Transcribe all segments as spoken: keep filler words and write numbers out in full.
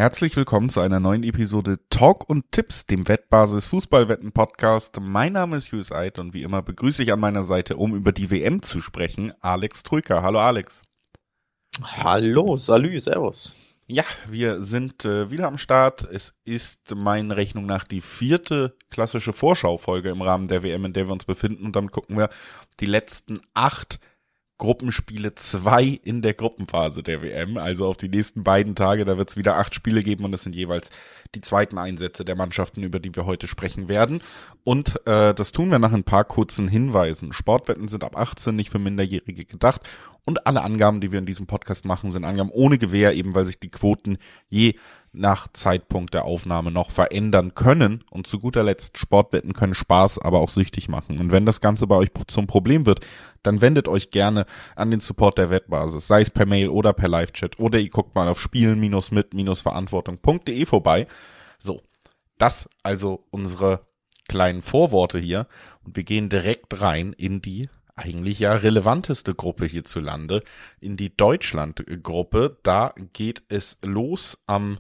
Herzlich willkommen zu einer neuen Episode Talk und Tipps, dem Wettbasis Fußballwetten Podcast. Mein Name ist Hughes Eid und wie immer begrüße ich an meiner Seite, um über die W M zu sprechen, Alex Troika. Hallo Alex. Hallo, salü, servus. Ja, wir sind äh, wieder am Start. Es ist meiner Rechnung nach die vierte klassische Vorschaufolge im Rahmen der W M, in der wir uns befinden. Und damit gucken wir die letzten acht Gruppenspiele zwei in der Gruppenphase der W M, also auf die nächsten beiden Tage, da wird es wieder acht Spiele geben und das sind jeweils die zweiten Einsätze der Mannschaften, über die wir heute sprechen werden. Und äh, das tun wir nach ein paar kurzen Hinweisen. Sportwetten sind ab achtzehn, nicht für Minderjährige gedacht und alle Angaben, die wir in diesem Podcast machen, sind Angaben ohne Gewähr, eben weil sich die Quoten je nach Zeitpunkt der Aufnahme noch verändern können. Und zu guter Letzt, Sportwetten können Spaß, aber auch süchtig machen. Und wenn das Ganze bei euch zum Problem wird, dann wendet euch gerne an den Support der Wettbasis, sei es per Mail oder per Live-Chat oder ihr guckt mal auf spielen-mit-verantwortung punkt de vorbei. So, das also unsere kleinen Vorworte hier und wir gehen direkt rein in die eigentlich ja relevanteste Gruppe hierzulande, in die Deutschland-Gruppe. Da geht es los am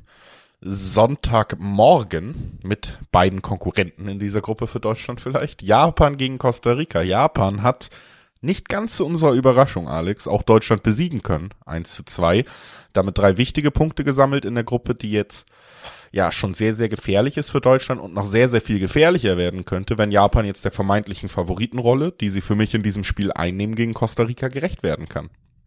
Sonntagmorgen mit beiden Konkurrenten in dieser Gruppe für Deutschland vielleicht. Japan gegen Costa Rica. Japan hat nicht ganz zu unserer Überraschung, Alex, auch Deutschland besiegen können. eins zu zwei. Damit drei wichtige Punkte gesammelt in der Gruppe, die jetzt ja schon sehr, sehr gefährlich ist für Deutschland und noch sehr, sehr viel gefährlicher werden könnte, wenn Japan jetzt der vermeintlichen Favoritenrolle, die sie für mich in diesem Spiel einnehmen, gegen Costa Rica gerecht werden kann.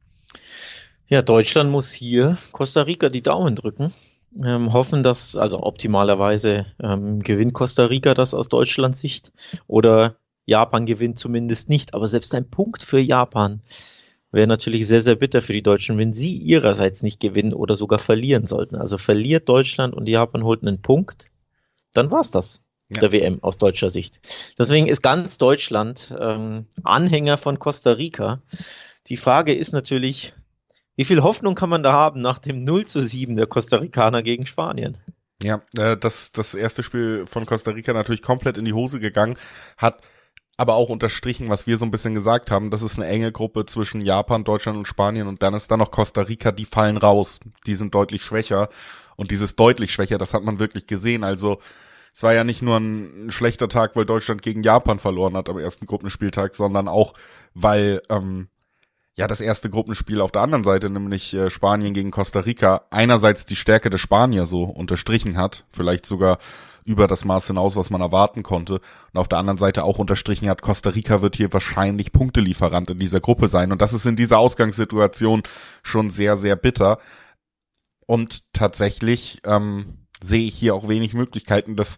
Ja, Deutschland muss hier Costa Rica die Daumen drücken. Ähm, hoffen, dass, also optimalerweise ähm, gewinnt Costa Rica das aus Deutschlands Sicht oder Japan gewinnt zumindest nicht. Aber selbst ein Punkt für Japan wäre natürlich sehr, sehr bitter für die Deutschen, wenn sie ihrerseits nicht gewinnen oder sogar verlieren sollten. Also verliert Deutschland und Japan holt einen Punkt, dann war's das. Ja. Der W M aus deutscher Sicht. Deswegen ist ganz Deutschland ähm, Anhänger von Costa Rica. Die Frage ist natürlich, wie viel Hoffnung kann man da haben nach dem null zu sieben der Costa Ricaner gegen Spanien? Ja, äh, das, das erste Spiel von Costa Rica natürlich komplett in die Hose gegangen, hat aber auch unterstrichen, was wir so ein bisschen gesagt haben, das ist eine enge Gruppe zwischen Japan, Deutschland und Spanien und dann ist da noch Costa Rica, die fallen raus, die sind deutlich schwächer und dieses deutlich schwächer, das hat man wirklich gesehen, also es war ja nicht nur ein, ein schlechter Tag, weil Deutschland gegen Japan verloren hat am ersten Gruppenspieltag, sondern auch, weil ähm, ja das erste Gruppenspiel auf der anderen Seite, nämlich äh, Spanien gegen Costa Rica, einerseits die Stärke der Spanier so unterstrichen hat, vielleicht sogar über das Maß hinaus, was man erwarten konnte. Und auf der anderen Seite auch unterstrichen hat, Costa Rica wird hier wahrscheinlich Punktelieferant in dieser Gruppe sein. Und das ist in dieser Ausgangssituation schon sehr, sehr bitter. Und tatsächlich ähm, sehe ich hier auch wenig Möglichkeiten, dass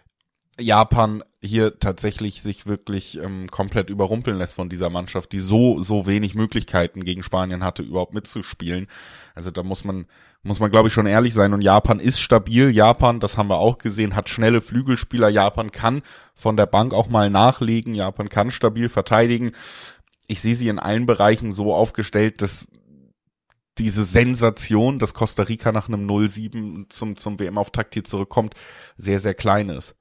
Japan hier tatsächlich sich wirklich ähm, komplett überrumpeln lässt von dieser Mannschaft, die so, so wenig Möglichkeiten gegen Spanien hatte, überhaupt mitzuspielen. Also da muss man, muss man glaube ich schon ehrlich sein und Japan ist stabil. Japan, das haben wir auch gesehen, hat schnelle Flügelspieler. Japan kann von der Bank auch mal nachlegen. Japan kann stabil verteidigen. Ich sehe sie in allen Bereichen so aufgestellt, dass diese Sensation, dass Costa Rica nach einem null sieben zum, zum W M-Auftakt hier zurückkommt, sehr, sehr klein ist.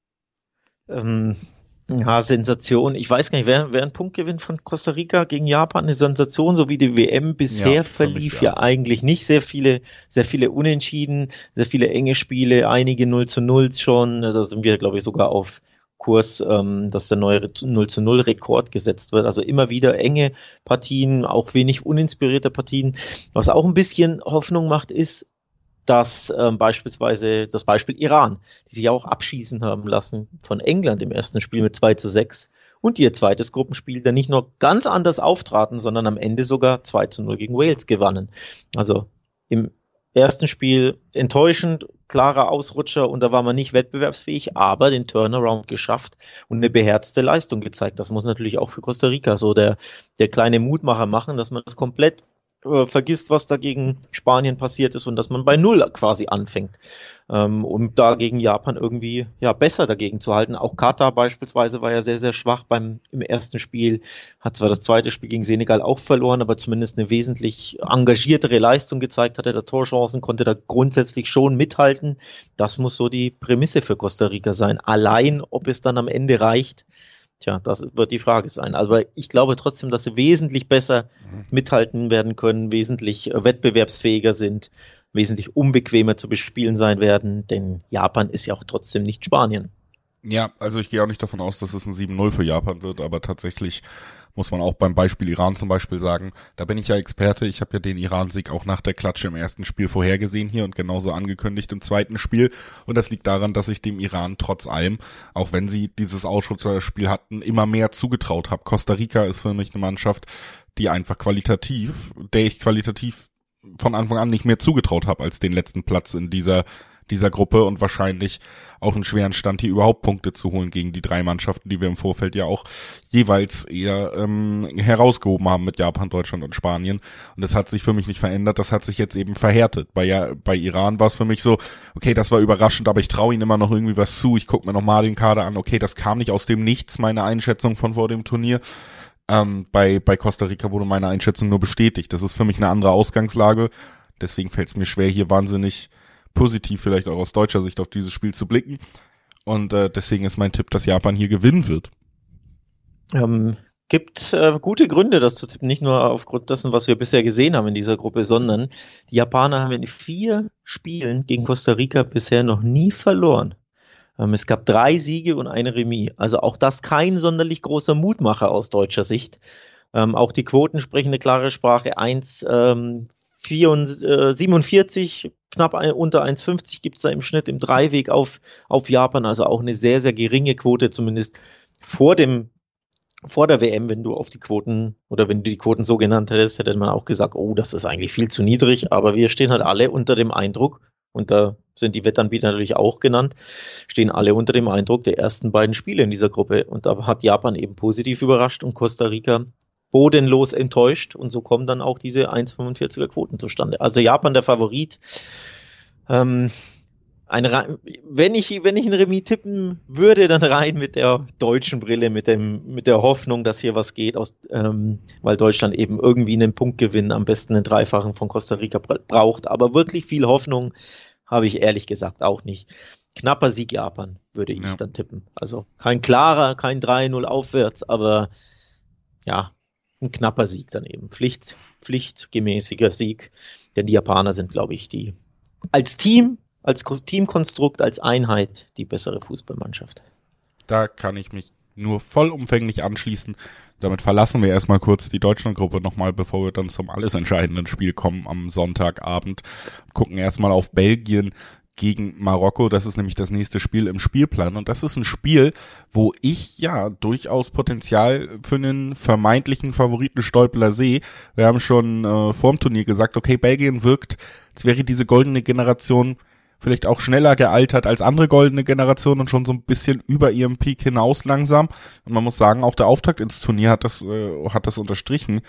Ähm, ja, Sensation. Ich weiß gar nicht, wer, wer ein Punktgewinn von Costa Rica gegen Japan eine Sensation, so wie die W M bisher ja, verlief, mich, ja. ja eigentlich nicht. Sehr viele, sehr viele Unentschieden, sehr viele enge Spiele, einige null zu null schon. Da sind wir, glaube ich, sogar auf Kurs, ähm, dass der neue null zu null Rekord gesetzt wird. Also immer wieder enge Partien, auch wenig uninspirierte Partien. Was auch ein bisschen Hoffnung macht, ist, dass ähm, beispielsweise das Beispiel Iran, die sich auch abschießen haben lassen von England im ersten Spiel mit zwei zu sechs und ihr zweites Gruppenspiel dann nicht nur ganz anders auftraten, sondern am Ende sogar zwei zu null gegen Wales gewannen. Also im ersten Spiel enttäuschend, klarer Ausrutscher und da war man nicht wettbewerbsfähig, aber den Turnaround geschafft und eine beherzte Leistung gezeigt. Das muss natürlich auch für Costa Rica so der, der kleine Mutmacher machen, dass man das komplett vergisst, was da gegen Spanien passiert ist und dass man bei Null quasi anfängt, ähm, um da gegen Japan irgendwie ja besser dagegen zu halten. Auch Katar beispielsweise war ja sehr, sehr schwach beim im ersten Spiel, hat zwar das zweite Spiel gegen Senegal auch verloren, aber zumindest eine wesentlich engagiertere Leistung gezeigt, hatte da Torchancen, konnte da grundsätzlich schon mithalten. Das muss so die Prämisse für Costa Rica sein. Allein, ob es dann am Ende reicht, Tja, das wird die Frage sein. Aber ich glaube trotzdem, dass sie wesentlich besser mithalten werden können, wesentlich wettbewerbsfähiger sind. wesentlich unbequemer zu bespielen sein werden, denn Japan ist ja auch trotzdem nicht Spanien. Ja, also ich gehe auch nicht davon aus, dass es ein sieben null für Japan wird, aber tatsächlich muss man auch beim Beispiel Iran zum Beispiel sagen, da bin ich ja Experte, ich habe ja den Iran-Sieg auch nach der Klatsche im ersten Spiel vorhergesehen hier und genauso angekündigt im zweiten Spiel, und das liegt daran, dass ich dem Iran trotz allem, auch wenn sie dieses Ausschussspiel hatten, immer mehr zugetraut habe. Costa Rica ist für mich eine Mannschaft, die einfach qualitativ, der ich qualitativ von Anfang an nicht mehr zugetraut habe als den letzten Platz in dieser dieser Gruppe und wahrscheinlich auch einen schweren Stand, hier überhaupt Punkte zu holen gegen die drei Mannschaften, die wir im Vorfeld ja auch jeweils eher ähm, herausgehoben haben mit Japan, Deutschland und Spanien. Und das hat sich für mich nicht verändert, das hat sich jetzt eben verhärtet. Bei, ja, bei Iran war es für mich so, okay, das war überraschend, aber ich traue ihnen immer noch irgendwie was zu. Ich gucke mir nochmal den Kader an, okay, das kam nicht aus dem Nichts, meine Einschätzung von vor dem Turnier. Ähm, bei, bei Costa Rica wurde meine Einschätzung nur bestätigt. Das ist für mich eine andere Ausgangslage. Deswegen fällt es mir schwer, hier wahnsinnig positiv vielleicht auch aus deutscher Sicht auf dieses Spiel zu blicken. Und äh, deswegen ist mein Tipp, dass Japan hier gewinnen wird. Ähm, gibt äh, gute Gründe, das zu tippen. Nicht nur aufgrund dessen, was wir bisher gesehen haben in dieser Gruppe, sondern die Japaner haben in vier Spielen gegen Costa Rica bisher noch nie verloren. Ähm, es gab drei Siege und eine Remis. Also auch das kein sonderlich großer Mutmacher aus deutscher Sicht. Ähm, auch die Quoten sprechen eine klare Sprache. eins ähm, siebenundvierzig, knapp ein, unter eins fünfzig gibt es da im Schnitt im Dreiweg auf, auf Japan, also auch eine sehr, sehr geringe Quote, zumindest vor dem, vor der W M, wenn du auf die Quoten, oder wenn du die Quoten so genannt hättest, hätte man auch gesagt, oh, das ist eigentlich viel zu niedrig, aber wir stehen halt alle unter dem Eindruck, und da sind die Wettanbieter natürlich auch genannt, stehen alle unter dem Eindruck der ersten beiden Spiele in dieser Gruppe, und da hat Japan eben positiv überrascht und Costa Rica bodenlos enttäuscht, und so kommen dann auch diese eins Komma fünfundvierziger Quoten zustande. Also Japan der Favorit. Ähm, eine, wenn ich wenn ich ein Remis tippen würde, dann rein mit der deutschen Brille, mit dem mit der Hoffnung, dass hier was geht, aus, ähm, weil Deutschland eben irgendwie einen Punktgewinn, am besten einen Dreifachen von Costa Rica braucht. Aber wirklich viel Hoffnung habe ich ehrlich gesagt auch nicht. Knapper Sieg Japan würde ich ja. dann tippen. Also kein klarer, kein drei null aufwärts, aber ja, ein knapper Sieg dann eben. Pflicht, pflichtgemäßiger Sieg. Denn die Japaner sind, glaube ich, die als Team, als Teamkonstrukt, als Einheit die bessere Fußballmannschaft. Da kann ich mich nur vollumfänglich anschließen. Damit verlassen wir erstmal kurz die Deutschlandgruppe nochmal, bevor wir dann zum alles entscheidenden Spiel kommen am Sonntagabend. Gucken erstmal auf Belgien gegen Marokko. Das ist nämlich das nächste Spiel im Spielplan, und das ist ein Spiel, wo ich ja durchaus Potenzial für einen vermeintlichen Favoriten Stolpeler sehe. Wir haben schon äh, vorm Turnier gesagt, okay, Belgien wirkt, als wäre diese goldene Generation vielleicht auch schneller gealtert als andere goldene Generationen und schon so ein bisschen über ihrem Peak hinaus langsam. Und man muss sagen, auch der Auftakt ins Turnier hat das äh, hat das unterstrichen.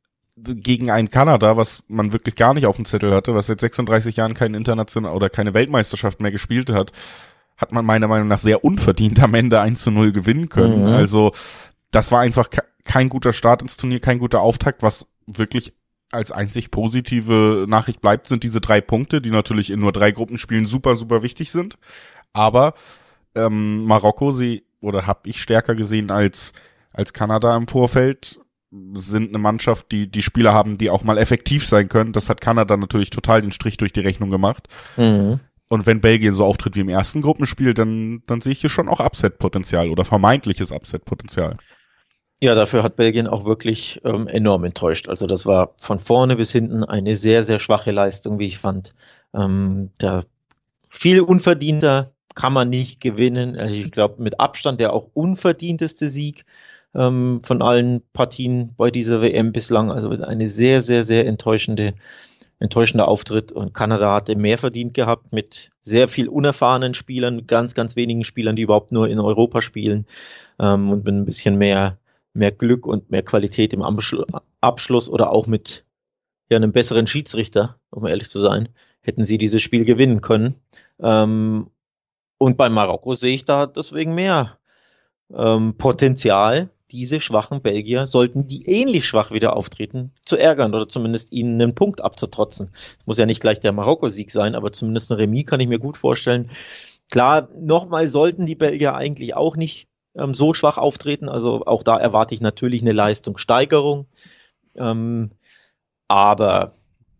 Gegen ein Kanada, was man wirklich gar nicht auf dem Zettel hatte, was seit sechsunddreißig Jahren keine international oder keine Weltmeisterschaft mehr gespielt hat, hat man meiner Meinung nach sehr unverdient am Ende eins zu null gewinnen können. Mhm. Also das war einfach ke- kein guter Start ins Turnier, kein guter Auftakt. Was wirklich als einzig positive Nachricht bleibt, sind diese drei Punkte, die natürlich in nur drei Gruppenspielen super, super wichtig sind. Aber ähm, Marokko, sie oder habe ich stärker gesehen als als Kanada im Vorfeld, sind eine Mannschaft, die die Spieler haben, die auch mal effektiv sein können. Das hat Kanada natürlich total den Strich durch die Rechnung gemacht. Mhm. Und wenn Belgien so auftritt wie im ersten Gruppenspiel, dann dann sehe ich hier schon auch Upset-Potenzial oder vermeintliches Upset-Potenzial. Ja, dafür hat Belgien auch wirklich ähm, enorm enttäuscht. Also das war von vorne bis hinten eine sehr, sehr schwache Leistung, wie ich fand. Ähm, da viel unverdienter kann man nicht gewinnen. Also ich glaube, mit Abstand der auch unverdienteste Sieg ähm, von allen Partien bei dieser W M bislang. Also eine sehr, sehr, sehr enttäuschende, enttäuschender Auftritt. Und Kanada hatte mehr verdient gehabt mit sehr viel unerfahrenen Spielern, mit ganz, ganz wenigen Spielern, die überhaupt nur in Europa spielen, ähm, und mit ein bisschen mehr mehr Glück und mehr Qualität im Abschluss oder auch mit ja, einem besseren Schiedsrichter, um ehrlich zu sein, hätten sie dieses Spiel gewinnen können. Ähm, und bei Marokko sehe ich da deswegen mehr ähm, Potenzial. Diese schwachen Belgier, sollten die ähnlich schwach wieder auftreten, zu ärgern oder zumindest ihnen einen Punkt abzutrotzen. Muss ja nicht gleich der Marokko-Sieg sein, aber zumindest ein Remis kann ich mir gut vorstellen. Klar, nochmal sollten die Belgier eigentlich auch nicht ähm, so schwach auftreten. Also auch da erwarte ich natürlich eine Leistungssteigerung. Ähm, aber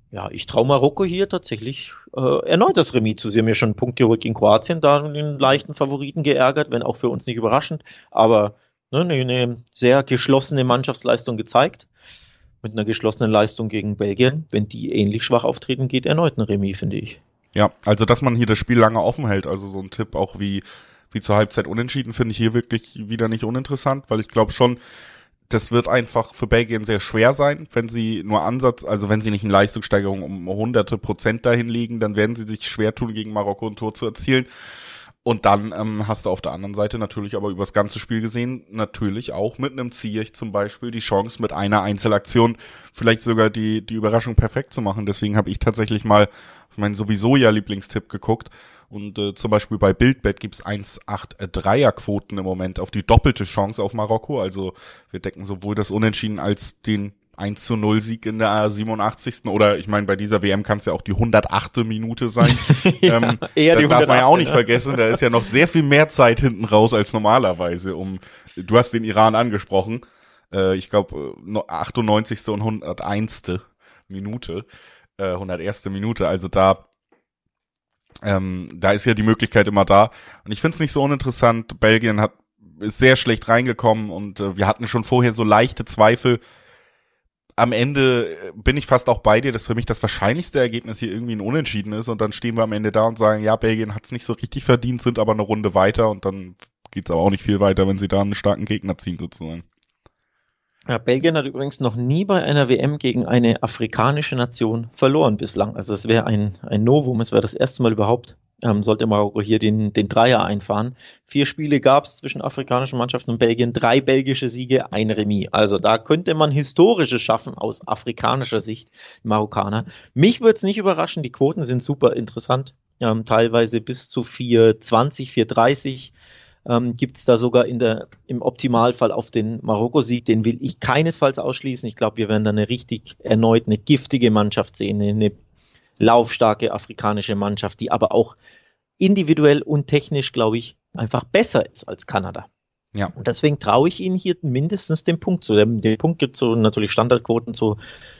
Ja, ich traue Marokko hier tatsächlich äh, erneut das Remis zu. Sie haben ja schon einen Punkt geholt gegen Kroatien, da den leichten Favoriten geärgert, wenn auch für uns nicht überraschend. Aber ne, eine, eine sehr geschlossene Mannschaftsleistung gezeigt. Mit einer geschlossenen Leistung gegen Belgien. Wenn die ähnlich schwach auftreten, geht erneut ein Remis, finde ich. Ja, also dass man hier das Spiel lange offen hält, also so ein Tipp auch wie wie zur Halbzeit unentschieden, finde ich hier wirklich wieder nicht uninteressant, weil ich glaube schon, das wird einfach für Belgien sehr schwer sein, wenn sie nur Ansatz, also wenn sie nicht eine Leistungssteigerung um hunderte Prozent dahin liegen, dann werden sie sich schwer tun, gegen Marokko ein Tor zu erzielen. Und dann ähm, hast du auf der anderen Seite natürlich aber über das ganze Spiel gesehen, natürlich auch mit einem Ziyech zum Beispiel die Chance, mit einer Einzelaktion vielleicht sogar die die Überraschung perfekt zu machen. Deswegen habe ich tatsächlich mal auf meinen sowieso ja Lieblingstipp geguckt. Und äh, zum Beispiel bei Bildbet gibt's eins Komma dreiundachtzig Quoten im Moment auf die doppelte Chance auf Marokko. Also wir decken sowohl das Unentschieden als den eins zu null Sieg in der siebenundachtzigsten Oder ich meine, bei dieser W M kann es ja auch die hundertachte Minute sein. ja, ähm, eher das die darf man ja auch nicht ne? vergessen. Da ist ja noch sehr viel mehr Zeit hinten raus als normalerweise. Um, du hast den Iran angesprochen. Äh, ich glaube, achtundneunzigste und hunderteinste Minute. Äh, hunderterste Minute. Also da Ähm, da ist ja die Möglichkeit immer da. Und ich finde es nicht so uninteressant. Belgien hat ist sehr schlecht reingekommen und äh, wir hatten schon vorher so leichte Zweifel. Am Ende bin ich fast auch bei dir, dass für mich das wahrscheinlichste Ergebnis hier irgendwie ein Unentschieden ist und dann stehen wir am Ende da und sagen, ja, Belgien hat es nicht so richtig verdient, sind aber eine Runde weiter und dann geht's aber auch nicht viel weiter, wenn sie da einen starken Gegner ziehen sozusagen. Ja, Belgien hat übrigens noch nie bei einer W M gegen eine afrikanische Nation verloren bislang. Also es wäre ein, ein Novum, es wäre das erste Mal überhaupt, ähm, sollte Marokko hier den, den Dreier einfahren. Vier Spiele gab es zwischen afrikanischen Mannschaften und Belgien, drei belgische Siege, ein Remis. Also da könnte man Historisches schaffen aus afrikanischer Sicht, Marokkaner. Mich würde es nicht überraschen, die Quoten sind super interessant, ähm, teilweise bis zu vier zwanzig, vier dreißig. Ähm, gibt es da sogar in der im Optimalfall auf den Marokko-Sieg, den will ich keinesfalls ausschließen. Ich glaube, wir werden da eine richtig erneut eine giftige Mannschaft sehen, eine laufstarke afrikanische Mannschaft, die aber auch individuell und technisch, glaube ich, einfach besser ist als Kanada. Ja. Und deswegen traue ich ihnen hier mindestens den Punkt zu. Den, den Punkt gibt es so natürlich Standardquoten zu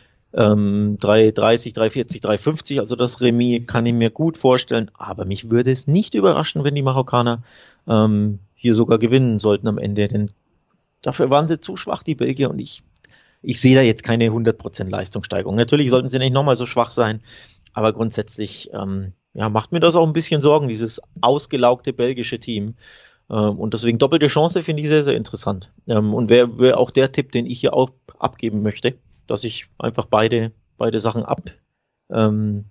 ähm, drei dreißig, drei vierzig, drei fünfzig, also das Remis kann ich mir gut vorstellen, aber mich würde es nicht überraschen, wenn die Marokkaner ähm, hier sogar gewinnen sollten am Ende, denn dafür waren sie zu schwach, die Belgier, und ich ich sehe da jetzt keine hundert Prozent Leistungssteigerung. Natürlich sollten sie nicht nochmal so schwach sein, aber grundsätzlich ähm, ja, macht mir das auch ein bisschen Sorgen, dieses ausgelaugte belgische Team. Ähm, und deswegen doppelte Chance finde ich sehr, sehr interessant. Ähm, und wäre wär auch der Tipp, den ich hier auch abgeben möchte, dass ich einfach beide, beide Sachen ab, ähm,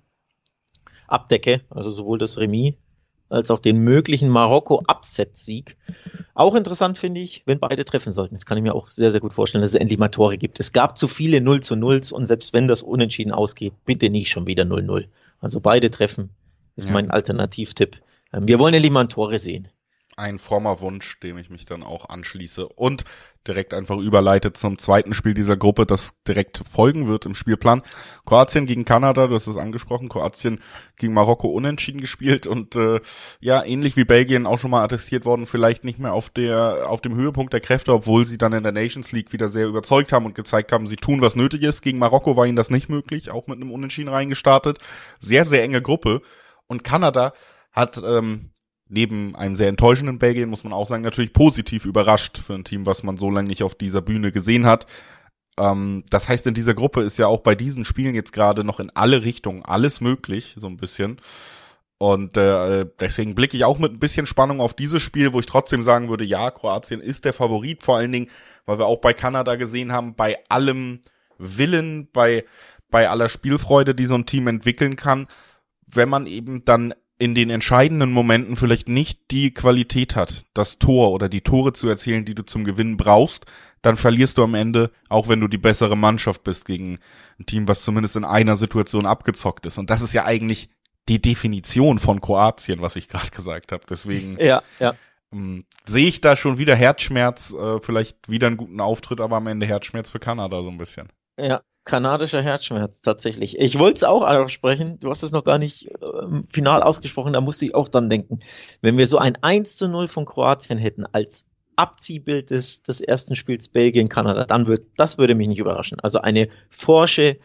abdecke, also sowohl das Remis als auch den möglichen Marokko-Upset-Sieg. Auch interessant finde ich, wenn beide treffen sollten. Das kann ich mir auch sehr, sehr gut vorstellen, dass es endlich mal Tore gibt. Es gab zu viele null zu nulls und selbst wenn das unentschieden ausgeht, bitte nicht schon wieder null null. Also beide treffen ist ja mein Alternativtipp. Wir wollen ja lieber mal Tore sehen. Ein frommer Wunsch, dem ich mich dann auch anschließe und direkt einfach überleite zum zweiten Spiel dieser Gruppe, das direkt folgen wird im Spielplan. Kroatien gegen Kanada, du hast es angesprochen, Kroatien gegen Marokko unentschieden gespielt und äh, ja, ähnlich wie Belgien auch schon mal attestiert worden, vielleicht nicht mehr auf der auf dem Höhepunkt der Kräfte, obwohl sie dann in der Nations League wieder sehr überzeugt haben und gezeigt haben, sie tun, was nötig ist. Gegen Marokko war ihnen das nicht möglich, auch mit einem Unentschieden reingestartet. Sehr, sehr enge Gruppe und Kanada hat ähm, neben einem sehr enttäuschenden Belgien, muss man auch sagen, natürlich positiv überrascht für ein Team, was man so lange nicht auf dieser Bühne gesehen hat. Ähm, das heißt, in dieser Gruppe ist ja auch bei diesen Spielen jetzt gerade noch in alle Richtungen alles möglich, so ein bisschen. Und äh, deswegen blicke ich auch mit ein bisschen Spannung auf dieses Spiel, wo ich trotzdem sagen würde, ja, Kroatien ist der Favorit, vor allen Dingen, weil wir auch bei Kanada gesehen haben, bei allem Willen, bei bei aller Spielfreude, die so ein Team entwickeln kann, wenn man eben dann in den entscheidenden Momenten vielleicht nicht die Qualität hat, das Tor oder die Tore zu erzielen, die du zum Gewinnen brauchst, dann verlierst du am Ende, auch wenn du die bessere Mannschaft bist, gegen ein Team, was zumindest in einer Situation abgezockt ist. Und das ist ja eigentlich die Definition von Kroatien, was ich gerade gesagt habe. Deswegen ja, ja. ähm, sehe ich da schon wieder Herzschmerz, äh, vielleicht wieder einen guten Auftritt, aber am Ende Herzschmerz für Kanada so ein bisschen. Ja. Kanadischer Herzschmerz, tatsächlich. Ich wollte es auch aussprechen, du hast es noch gar nicht ähm, final ausgesprochen, da musste ich auch dann denken, wenn wir so ein eins zu null von Kroatien hätten als Abziehbild des, des ersten Spiels Belgien-Kanada, dann wird, das würde mich nicht überraschen. Also eine forsche,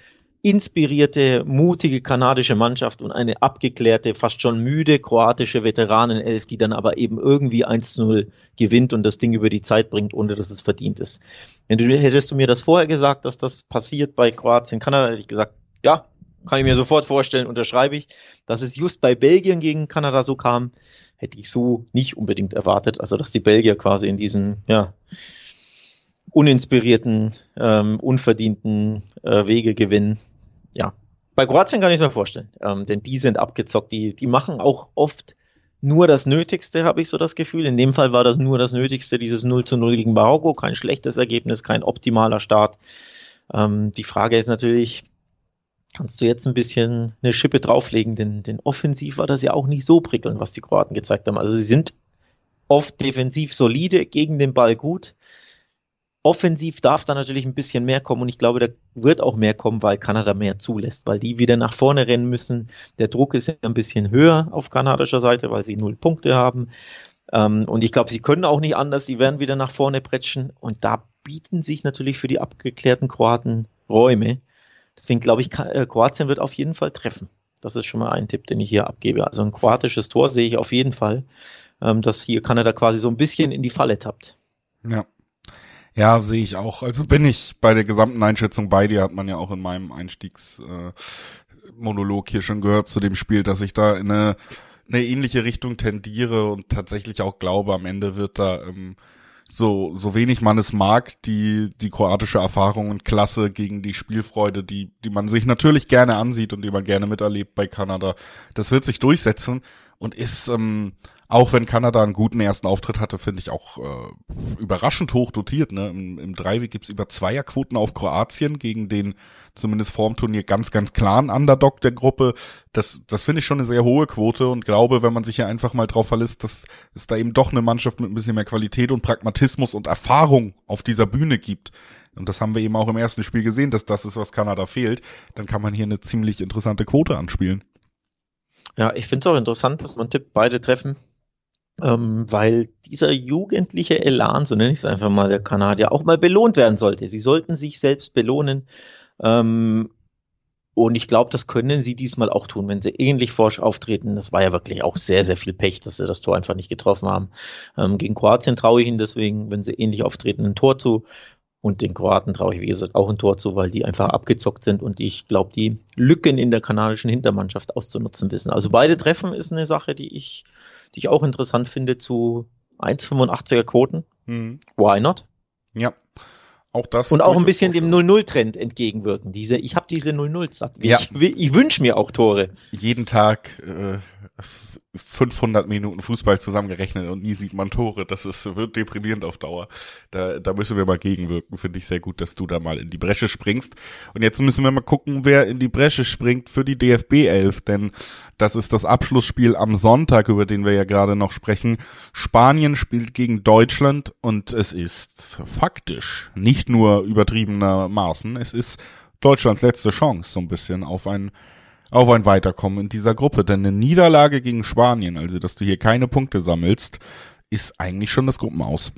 inspirierte, mutige kanadische Mannschaft und eine abgeklärte, fast schon müde kroatische Veteranenelf, die dann aber eben irgendwie eins zu null gewinnt und das Ding über die Zeit bringt, ohne dass es verdient ist. Wenn du, hättest du mir das vorher gesagt, dass das passiert bei Kroatien, Kanada, hätte ich gesagt, ja, kann ich mir sofort vorstellen, unterschreibe ich. Dass es just bei Belgien gegen Kanada so kam, hätte ich so nicht unbedingt erwartet. Also, dass die Belgier quasi in diesen, ja, uninspirierten, ähm, unverdienten äh, Wege gewinnen. Ja, bei Kroatien kann ich es mir vorstellen, ähm, denn die sind abgezockt, die, die machen auch oft nur das Nötigste, habe ich so das Gefühl. In dem Fall war das nur das Nötigste, dieses null zu null gegen Marokko, kein schlechtes Ergebnis, kein optimaler Start. Ähm, die Frage ist natürlich, kannst du jetzt ein bisschen eine Schippe drauflegen, denn, denn offensiv war das ja auch nicht so prickelnd, was die Kroaten gezeigt haben. Also sie sind oft defensiv solide, gegen den Ball gut. Offensiv darf da natürlich ein bisschen mehr kommen und ich glaube, da wird auch mehr kommen, weil Kanada mehr zulässt, weil die wieder nach vorne rennen müssen. Der Druck ist ja ein bisschen höher auf kanadischer Seite, weil sie null Punkte haben. Ähm, und ich glaube, sie können auch nicht anders, sie werden wieder nach vorne prätschen und da bieten sich natürlich für die abgeklärten Kroaten Räume. Deswegen glaube ich, Kroatien wird auf jeden Fall treffen. Das ist schon mal ein Tipp, den ich hier abgebe. Also ein kroatisches Tor sehe ich auf jeden Fall, ähm, dass hier Kanada quasi so ein bisschen in die Falle tappt. Ja. Ja, sehe ich auch. Also bin ich bei der gesamten Einschätzung bei dir, hat man ja auch in meinem Einstiegsmonolog äh, hier schon gehört zu dem Spiel, dass ich da in eine, eine ähnliche Richtung tendiere und tatsächlich auch glaube, am Ende wird da ähm, so so wenig man es mag, die die kroatische Erfahrung und Klasse gegen die Spielfreude, die die man sich natürlich gerne ansieht und die man gerne miterlebt bei Kanada, das wird sich durchsetzen und ist ähm, auch wenn Kanada einen guten ersten Auftritt hatte, finde ich auch äh, überraschend hoch dotiert. Ne? Im, im Dreiweg gibt's über Zweierquoten auf Kroatien gegen den zumindest vorm Turnier ganz, ganz klaren Underdog der Gruppe. Das, das finde ich schon eine sehr hohe Quote und glaube, wenn man sich hier einfach mal drauf verlässt, dass es da eben doch eine Mannschaft mit ein bisschen mehr Qualität und Pragmatismus und Erfahrung auf dieser Bühne gibt. Und das haben wir eben auch im ersten Spiel gesehen, dass das ist, was Kanada fehlt. Dann kann man hier eine ziemlich interessante Quote anspielen. Ja, ich finde es auch interessant, dass man tippt, beide treffen. Ähm, weil dieser jugendliche Elan, so nenne ich es einfach mal, der Kanadier, auch mal belohnt werden sollte. Sie sollten sich selbst belohnen. Ähm, und ich glaube, das können sie diesmal auch tun, wenn sie ähnlich forsch auftreten. Das war ja wirklich auch sehr, sehr viel Pech, dass sie das Tor einfach nicht getroffen haben. Ähm, gegen Kroatien traue ich ihnen deswegen, wenn sie ähnlich auftreten, ein Tor zu. Und den Kroaten traue ich, wie gesagt, auch ein Tor zu, weil die einfach abgezockt sind und ich glaube, die Lücken in der kanadischen Hintermannschaft auszunutzen wissen. Also beide Treffen ist eine Sache, die ich die ich auch interessant finde, zu eins Komma fünfundachtziger Quoten. Mhm. Why not? Ja, auch das. Und auch ein bisschen dem null null Trend entgegenwirken. Diese, ich habe diese null null satt. Ja. Ich, ich wünsche mir auch Tore. Jeden Tag äh, fünfhundert Minuten Fußball zusammengerechnet und nie sieht man Tore. Das ist wird deprimierend auf Dauer. Da, da müssen wir mal gegenwirken. Finde ich sehr gut, dass du da mal in die Bresche springst. Und jetzt müssen wir mal gucken, wer in die Bresche springt für die D F B elf, denn das ist das Abschlussspiel am Sonntag, über den wir ja gerade noch sprechen. Spanien spielt gegen Deutschland und es ist faktisch nicht nur übertriebenermaßen, es ist Deutschlands letzte Chance, so ein bisschen auf ein auf ein Weiterkommen in dieser Gruppe. Denn eine Niederlage gegen Spanien, also dass du hier keine Punkte sammelst, ist eigentlich schon das Gruppenaus.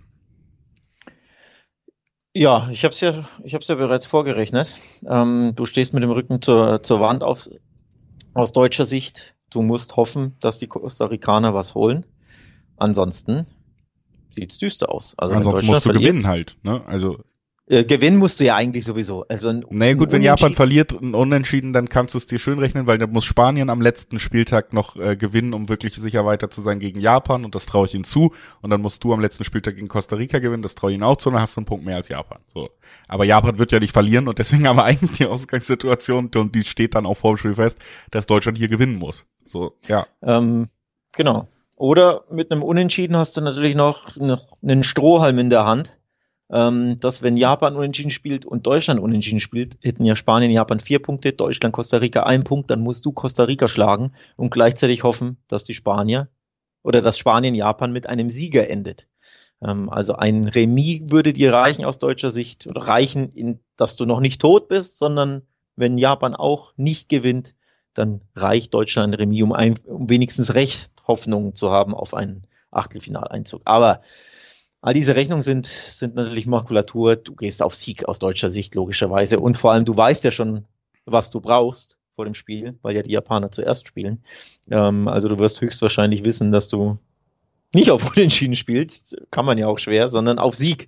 Ja, ich habe es ja, ich habe es ja bereits vorgerechnet. Ähm, du stehst mit dem Rücken zur zur Wand auf, aus deutscher Sicht. Du musst hoffen, dass die Costa Ricaner was holen. Ansonsten sieht's düster aus. Also ansonsten musst du verliert, gewinnen halt. Ne? Also Äh, gewinnen musst du ja eigentlich sowieso. Also ein, naja gut, wenn Japan verliert, ein Unentschieden, dann kannst du es dir schön rechnen, weil dann muss Spanien am letzten Spieltag noch äh, gewinnen, um wirklich sicher weiter zu sein gegen Japan und das traue ich ihnen zu. Und dann musst du am letzten Spieltag gegen Costa Rica gewinnen, das traue ich ihnen auch zu und dann hast du einen Punkt mehr als Japan. So. Aber Japan wird ja nicht verlieren und deswegen haben wir eigentlich die Ausgangssituation und die steht dann auch vor dem Spiel fest, dass Deutschland hier gewinnen muss. So, ja. Ähm, genau. Oder mit einem Unentschieden hast du natürlich noch, noch einen Strohhalm in der Hand. Ähm, dass wenn Japan unentschieden spielt und Deutschland unentschieden spielt, hätten ja Spanien, Japan vier Punkte, Deutschland, Costa Rica ein Punkt, dann musst du Costa Rica schlagen und gleichzeitig hoffen, dass die Spanier oder dass Spanien, Japan mit einem Sieger endet. Ähm, also ein Remis würde dir reichen aus deutscher Sicht oder reichen, in, dass du noch nicht tot bist, sondern wenn Japan auch nicht gewinnt, dann reicht Deutschland ein Remis, um, ein, um wenigstens recht Hoffnung zu haben auf einen Achtelfinaleinzug. Aber all diese Rechnungen sind, sind natürlich Makulatur. Du gehst auf Sieg aus deutscher Sicht, logischerweise. Und vor allem, du weißt ja schon was du brauchst vor dem Spiel, weil ja die Japaner zuerst spielen. Ähm, also du wirst höchstwahrscheinlich wissen, dass du nicht auf Unentschieden spielst, kann man ja auch schwer, sondern auf Sieg.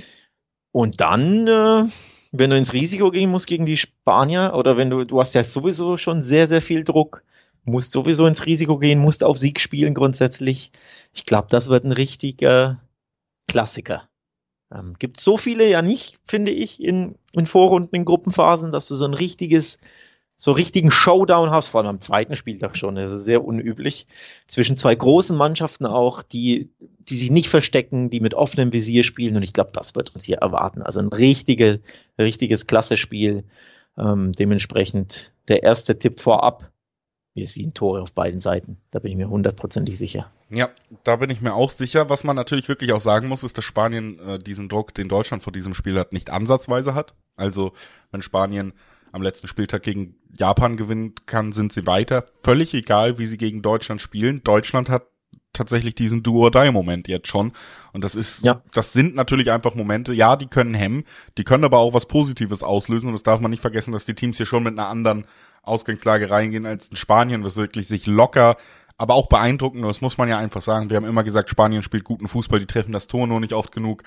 Und dann, äh, wenn du ins Risiko gehen musst gegen die Spanier, oder wenn du, du hast ja sowieso schon sehr, sehr viel Druck, musst sowieso ins Risiko gehen, musst auf Sieg spielen grundsätzlich. Ich glaube, das wird ein richtiger Klassiker. Ähm, gibt so viele ja nicht, finde ich, in, in Vorrunden, in Gruppenphasen, dass du so ein richtiges, so richtigen Showdown hast, vor allem am zweiten Spieltag schon, das ist sehr unüblich, zwischen zwei großen Mannschaften auch, die, die sich nicht verstecken, die mit offenem Visier spielen, und ich glaube, das wird uns hier erwarten. Also ein richtige, richtiges Klassespiel, ähm, dementsprechend der erste Tipp vorab. Wir sehen Tore auf beiden Seiten. Da bin ich mir hundertprozentig sicher. Ja, da bin ich mir auch sicher. Was man natürlich wirklich auch sagen muss, ist, dass Spanien äh, diesen Druck, den Deutschland vor diesem Spiel hat, nicht ansatzweise hat. Also wenn Spanien am letzten Spieltag gegen Japan gewinnen kann, sind sie weiter. Völlig egal, wie sie gegen Deutschland spielen. Deutschland hat tatsächlich diesen Do-or-Die-Moment jetzt schon. Und das ist, ja. das sind natürlich einfach Momente, ja, die können hemmen, die können aber auch was Positives auslösen. Und das darf man nicht vergessen, dass die Teams hier schon mit einer anderen Ausgangslage reingehen als in Spanien, was wirklich sich locker, aber auch beeindruckend, das muss man ja einfach sagen. Wir haben immer gesagt, Spanien spielt guten Fußball, die treffen das Tor nur nicht oft genug.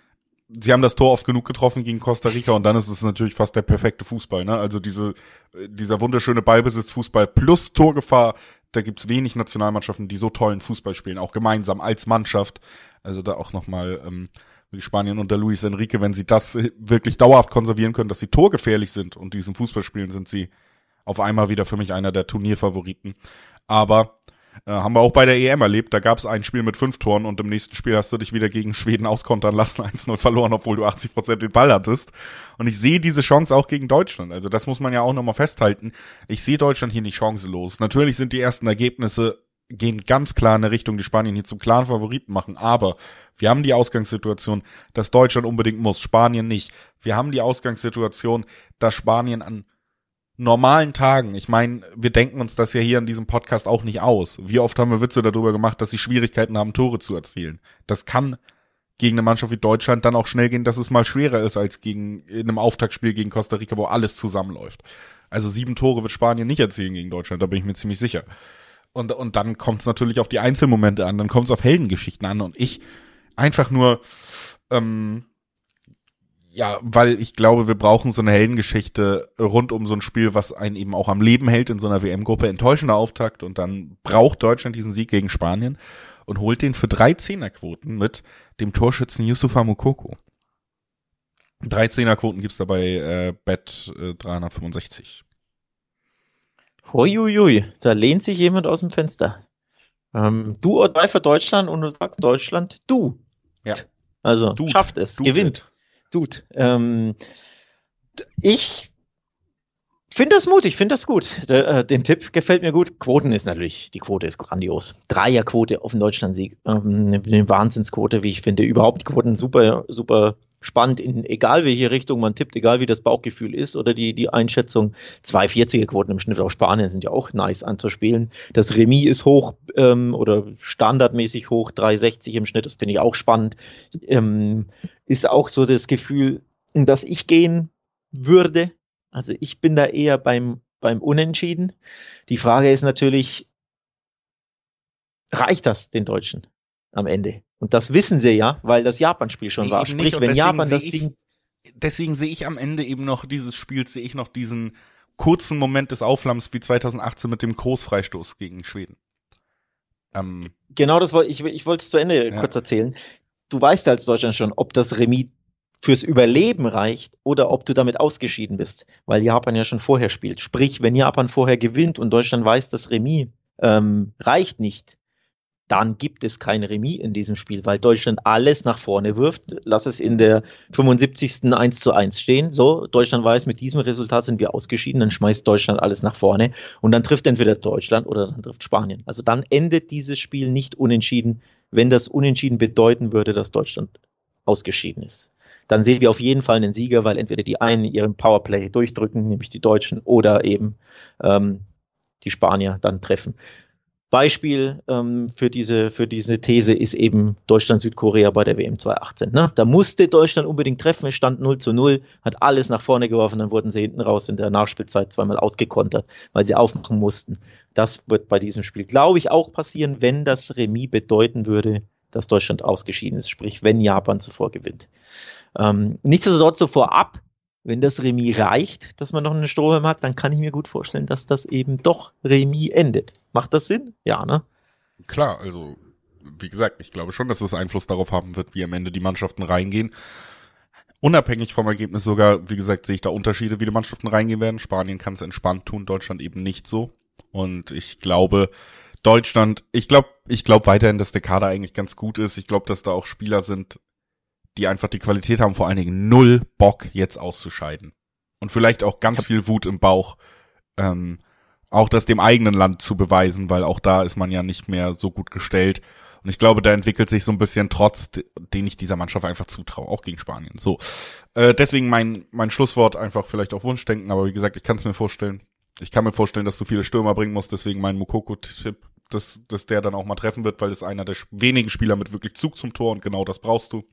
Sie haben das Tor oft genug getroffen gegen Costa Rica, und dann ist es natürlich fast der perfekte Fußball, ne? Also diese, dieser wunderschöne Ballbesitzfußball plus Torgefahr, da gibt's wenig Nationalmannschaften, die so tollen Fußball spielen, auch gemeinsam als Mannschaft. Also da auch nochmal ähm, Spanien unter Luis Enrique, wenn sie das wirklich dauerhaft konservieren können, dass sie torgefährlich sind und diesen Fußball spielen, sind sie auf einmal wieder für mich einer der Turnierfavoriten. Aber äh, haben wir auch bei der E M erlebt, da gab es ein Spiel mit fünf Toren und im nächsten Spiel hast du dich wieder gegen Schweden auskontern lassen, eins null verloren, obwohl du achtzig Prozent den Ball hattest. Und ich sehe diese Chance auch gegen Deutschland. Also das muss man ja auch nochmal festhalten. Ich sehe Deutschland hier nicht chancenlos. Natürlich sind die ersten Ergebnisse, gehen ganz klar in eine Richtung, die Spanien hier zum klaren Favoriten machen. Aber wir haben die Ausgangssituation, dass Deutschland unbedingt muss, Spanien nicht. Wir haben die Ausgangssituation, dass Spanien an normalen Tagen, ich meine, wir denken uns das ja hier in diesem Podcast auch nicht aus. Wie oft haben wir Witze darüber gemacht, dass sie Schwierigkeiten haben, Tore zu erzielen. Das kann gegen eine Mannschaft wie Deutschland dann auch schnell gehen, dass es mal schwerer ist als gegen in einem Auftaktspiel gegen Costa Rica, wo alles zusammenläuft. Also sieben Tore wird Spanien nicht erzielen gegen Deutschland, da bin ich mir ziemlich sicher. Und, und dann kommt es natürlich auf die Einzelmomente an, dann kommt es auf Heldengeschichten an, und ich einfach nur, ähm, ja, weil ich glaube, wir brauchen so eine Heldengeschichte rund um so ein Spiel, was einen eben auch am Leben hält in so einer W M-Gruppe. Enttäuschender Auftakt, und dann braucht Deutschland diesen Sieg gegen Spanien und holt den für drei Zehnerquoten mit dem Torschützen Youssoufa Moukoko. Drei Zehnerquoten gibt's dabei äh, Bet äh, dreihundertfünfundsechzig. Huiuiui, da lehnt sich jemand aus dem Fenster. Ähm, du oder drei für Deutschland, und du sagst Deutschland, du. Ja. Also Dude. schafft es, Dude. gewinnt. Dude. Ähm, ich finde das mutig, finde das gut. Der, äh, den Tipp gefällt mir gut. Quoten ist natürlich, die Quote ist grandios. Dreierquote auf den Deutschlandsieg. Ähm, eine Wahnsinnsquote, wie ich finde. Überhaupt die Quoten super, super spannend, in egal welche Richtung man tippt, egal wie das Bauchgefühl ist oder die, die Einschätzung. zwei vierziger Quoten im Schnitt auf Spanien sind ja auch nice anzuspielen. Das Remis ist hoch ähm, oder standardmäßig hoch, drei sechzig im Schnitt, das finde ich auch spannend. Ähm, ist auch so das Gefühl, in das ich gehen würde. Also ich bin da eher beim, beim Unentschieden. Die Frage ist natürlich, reicht das den Deutschen am Ende? Und das wissen sie ja, weil das Japan-Spiel schon Nee, war. eben Sprich, nicht. Und wenn deswegen Japan das sehe ich- Ding... Deswegen sehe ich am Ende eben noch dieses Spiels, sehe ich noch diesen kurzen Moment des Aufflammens wie zweitausendachtzehn mit dem Großfreistoß gegen Schweden. Ähm, Genau, das wollte ich, ich wollte es zu Ende Ja. kurz erzählen. Du weißt als Deutschland schon, ob das Remis fürs Überleben reicht oder ob du damit ausgeschieden bist, weil Japan ja schon vorher spielt. Sprich, wenn Japan vorher gewinnt und Deutschland weiß, das Remis ähm, reicht nicht, dann gibt es kein Remis in diesem Spiel, weil Deutschland alles nach vorne wirft. Lass es in der fünfundsiebzigsten eins zu eins stehen. So, Deutschland weiß, mit diesem Resultat sind wir ausgeschieden, dann schmeißt Deutschland alles nach vorne und dann trifft entweder Deutschland oder dann trifft Spanien. Also dann endet dieses Spiel nicht unentschieden, wenn das Unentschieden bedeuten würde, dass Deutschland ausgeschieden ist. Dann sehen wir auf jeden Fall einen Sieger, weil entweder die einen ihren Powerplay durchdrücken, nämlich die Deutschen, oder eben ähm, die Spanier dann treffen. Beispiel ähm, für diese für diese These ist eben Deutschland-Südkorea bei der W M zwanzig achtzehn. Ne? Da musste Deutschland unbedingt treffen, es stand null zu null, hat alles nach vorne geworfen, dann wurden sie hinten raus in der Nachspielzeit zweimal ausgekontert, weil sie aufmachen mussten. Das wird bei diesem Spiel, glaube ich, auch passieren, wenn das Remis bedeuten würde, dass Deutschland ausgeschieden ist, sprich, wenn Japan zuvor gewinnt. Ähm, nichtsdestotrotz so vorab, wenn das Remis reicht, dass man noch eine Strohhalm hat, dann kann ich mir gut vorstellen, dass das eben doch Remis endet. Macht das Sinn? Ja, ne? Klar, also wie gesagt, ich glaube schon, dass es Einfluss darauf haben wird, wie am Ende die Mannschaften reingehen. Unabhängig vom Ergebnis sogar, wie gesagt, sehe ich da Unterschiede, wie die Mannschaften reingehen werden. Spanien kann es entspannt tun, Deutschland eben nicht so. Und ich glaube, Deutschland, ich glaube, ich glaube weiterhin, dass der Kader eigentlich ganz gut ist. Ich glaube, dass da auch Spieler sind, die einfach die Qualität haben, vor allen Dingen null Bock, jetzt auszuscheiden. Und vielleicht auch ganz viel Wut im Bauch, ähm, auch das dem eigenen Land zu beweisen, weil auch da ist man ja nicht mehr so gut gestellt. Und ich glaube, da entwickelt sich so ein bisschen Trotz, den ich dieser Mannschaft einfach zutraue, auch gegen Spanien. So, äh, deswegen mein mein Schlusswort einfach vielleicht auf Wunschdenken, aber wie gesagt, ich kann es mir vorstellen. Ich kann mir vorstellen, dass du viele Stürmer bringen musst, deswegen mein Mukoko-Tipp, dass, dass der dann auch mal treffen wird, weil es einer der wenigen Spieler mit wirklich Zug zum Tor und genau das brauchst du.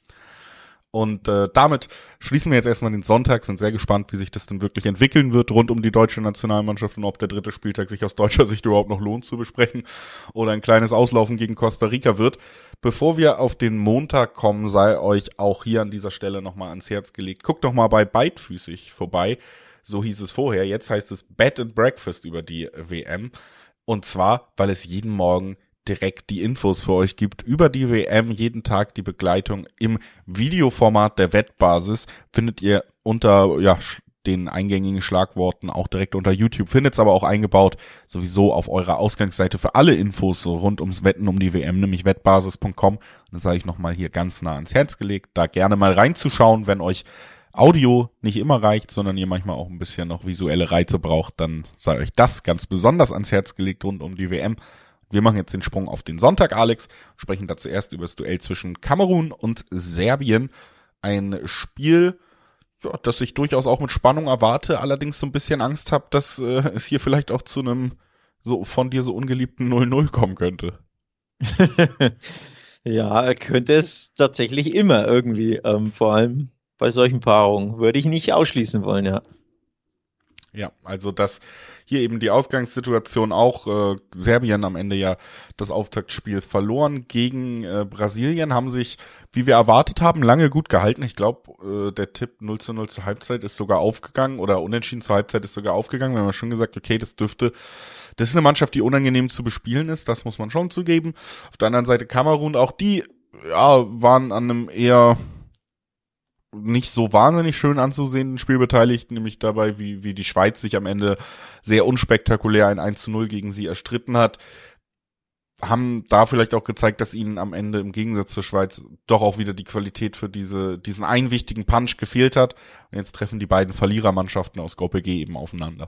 Und äh, damit schließen wir jetzt erstmal den Sonntag, sind sehr gespannt, wie sich das denn wirklich entwickeln wird rund um die deutsche Nationalmannschaft und ob der dritte Spieltag sich aus deutscher Sicht überhaupt noch lohnt zu besprechen oder ein kleines Auslaufen gegen Costa Rica wird. Bevor wir auf den Montag kommen, sei euch auch hier an dieser Stelle nochmal ans Herz gelegt. Guckt doch mal bei Beidfüßig vorbei, so hieß es vorher, jetzt heißt es Bed and Breakfast über die W M. Und zwar, weil es jeden Morgen direkt die Infos für euch gibt über die W M, jeden Tag die Begleitung im Videoformat der Wettbasis, findet ihr unter ja den eingängigen Schlagworten auch direkt unter YouTube, findet es aber auch eingebaut sowieso auf eurer Ausgangsseite für alle Infos rund ums Wetten um die W M, nämlich wettbasis punkt com. Und das sage ich nochmal hier ganz nah ans Herz gelegt, da gerne mal reinzuschauen, wenn euch Audio nicht immer reicht, sondern ihr manchmal auch ein bisschen noch visuelle Reize braucht, dann sei euch das ganz besonders ans Herz gelegt rund um die W M. Wir machen jetzt den Sprung auf den Sonntag, Alex, sprechen da zuerst über das Duell zwischen Kamerun und Serbien. Ein Spiel, ja, das ich durchaus auch mit Spannung erwarte, allerdings so ein bisschen Angst habe, dass äh, es hier vielleicht auch zu einem so von dir so ungeliebten null null kommen könnte. Ja, könnte es tatsächlich immer irgendwie, ähm, vor allem bei solchen Paarungen, würde ich nicht ausschließen wollen, ja. Ja, also dass hier eben die Ausgangssituation auch, äh, Serbien am Ende ja das Auftaktspiel verloren gegen äh, Brasilien, haben sich, wie wir erwartet haben, lange gut gehalten. Ich glaube, äh, der Tipp null zu null zur Halbzeit ist sogar aufgegangen oder unentschieden zur Halbzeit ist sogar aufgegangen. Wir haben ja schon gesagt, okay, das dürfte, das ist eine Mannschaft, die unangenehm zu bespielen ist, das muss man schon zugeben. Auf der anderen Seite Kamerun, auch die, ja, waren an einem eher nicht so wahnsinnig schön anzusehenden Spiel beteiligt, nämlich dabei, wie wie die Schweiz sich am Ende sehr unspektakulär ein eins zu null gegen sie erstritten hat, haben da vielleicht auch gezeigt, dass ihnen am Ende im Gegensatz zur Schweiz doch auch wieder die Qualität für diese diesen einen wichtigen Punch gefehlt hat. Und jetzt treffen die beiden Verlierermannschaften aus Gruppe G eben aufeinander.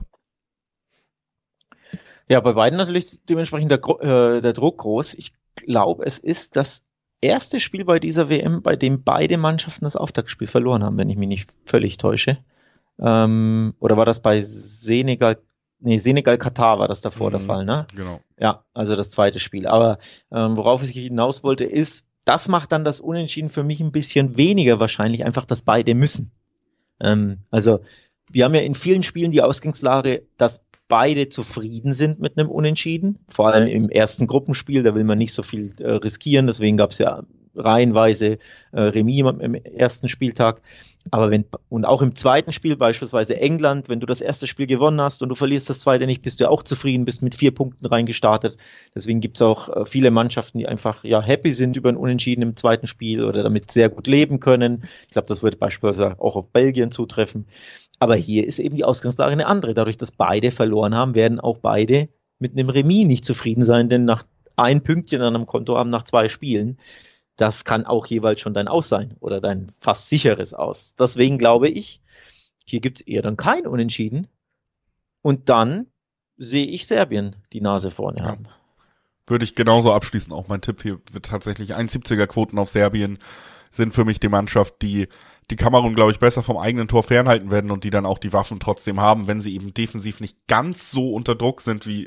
Ja, bei beiden natürlich dementsprechend der, äh, der Druck groß. Ich glaube, es ist das erste Spiel bei dieser W M, bei dem beide Mannschaften das Auftaktspiel verloren haben, wenn ich mich nicht völlig täusche. Ähm, oder war das bei Senegal? Nee, Senegal-Katar war das davor mhm, der Fall, ne? Genau. Ja, also das zweite Spiel. Aber ähm, worauf ich hinaus wollte, ist, das macht dann das Unentschieden für mich ein bisschen weniger wahrscheinlich, einfach, dass beide müssen. Ähm, also wir haben ja in vielen Spielen die Ausgangslage, dass beide zufrieden sind mit einem Unentschieden, vor allem im ersten Gruppenspiel, da will man nicht so viel äh, riskieren, deswegen gab es ja reihenweise äh, Remis im, im ersten Spieltag, aber wenn, und auch im zweiten Spiel, beispielsweise England, wenn du das erste Spiel gewonnen hast und du verlierst das zweite nicht, bist du ja auch zufrieden, bist mit vier Punkten reingestartet, deswegen gibt es auch äh, viele Mannschaften, die einfach ja happy sind über ein Unentschieden im zweiten Spiel oder damit sehr gut leben können. Ich glaube, das wird beispielsweise auch auf Belgien zutreffen. Aber hier ist eben die Ausgangslage eine andere. Dadurch, dass beide verloren haben, werden auch beide mit einem Remis nicht zufrieden sein, denn nach ein Pünktchen an einem Konto haben nach zwei Spielen, das kann auch jeweils schon dein Aus sein oder dein fast sicheres Aus. Deswegen glaube ich, hier gibt es eher dann kein Unentschieden und dann sehe ich Serbien die Nase vorne haben. Ja. Würde ich genauso abschließen. Auch mein Tipp hier wird tatsächlich eins Komma siebziger Quoten auf Serbien sind für mich die Mannschaft, die die Kamerun, glaube ich, besser vom eigenen Tor fernhalten werden und die dann auch die Waffen trotzdem haben, wenn sie eben defensiv nicht ganz so unter Druck sind wie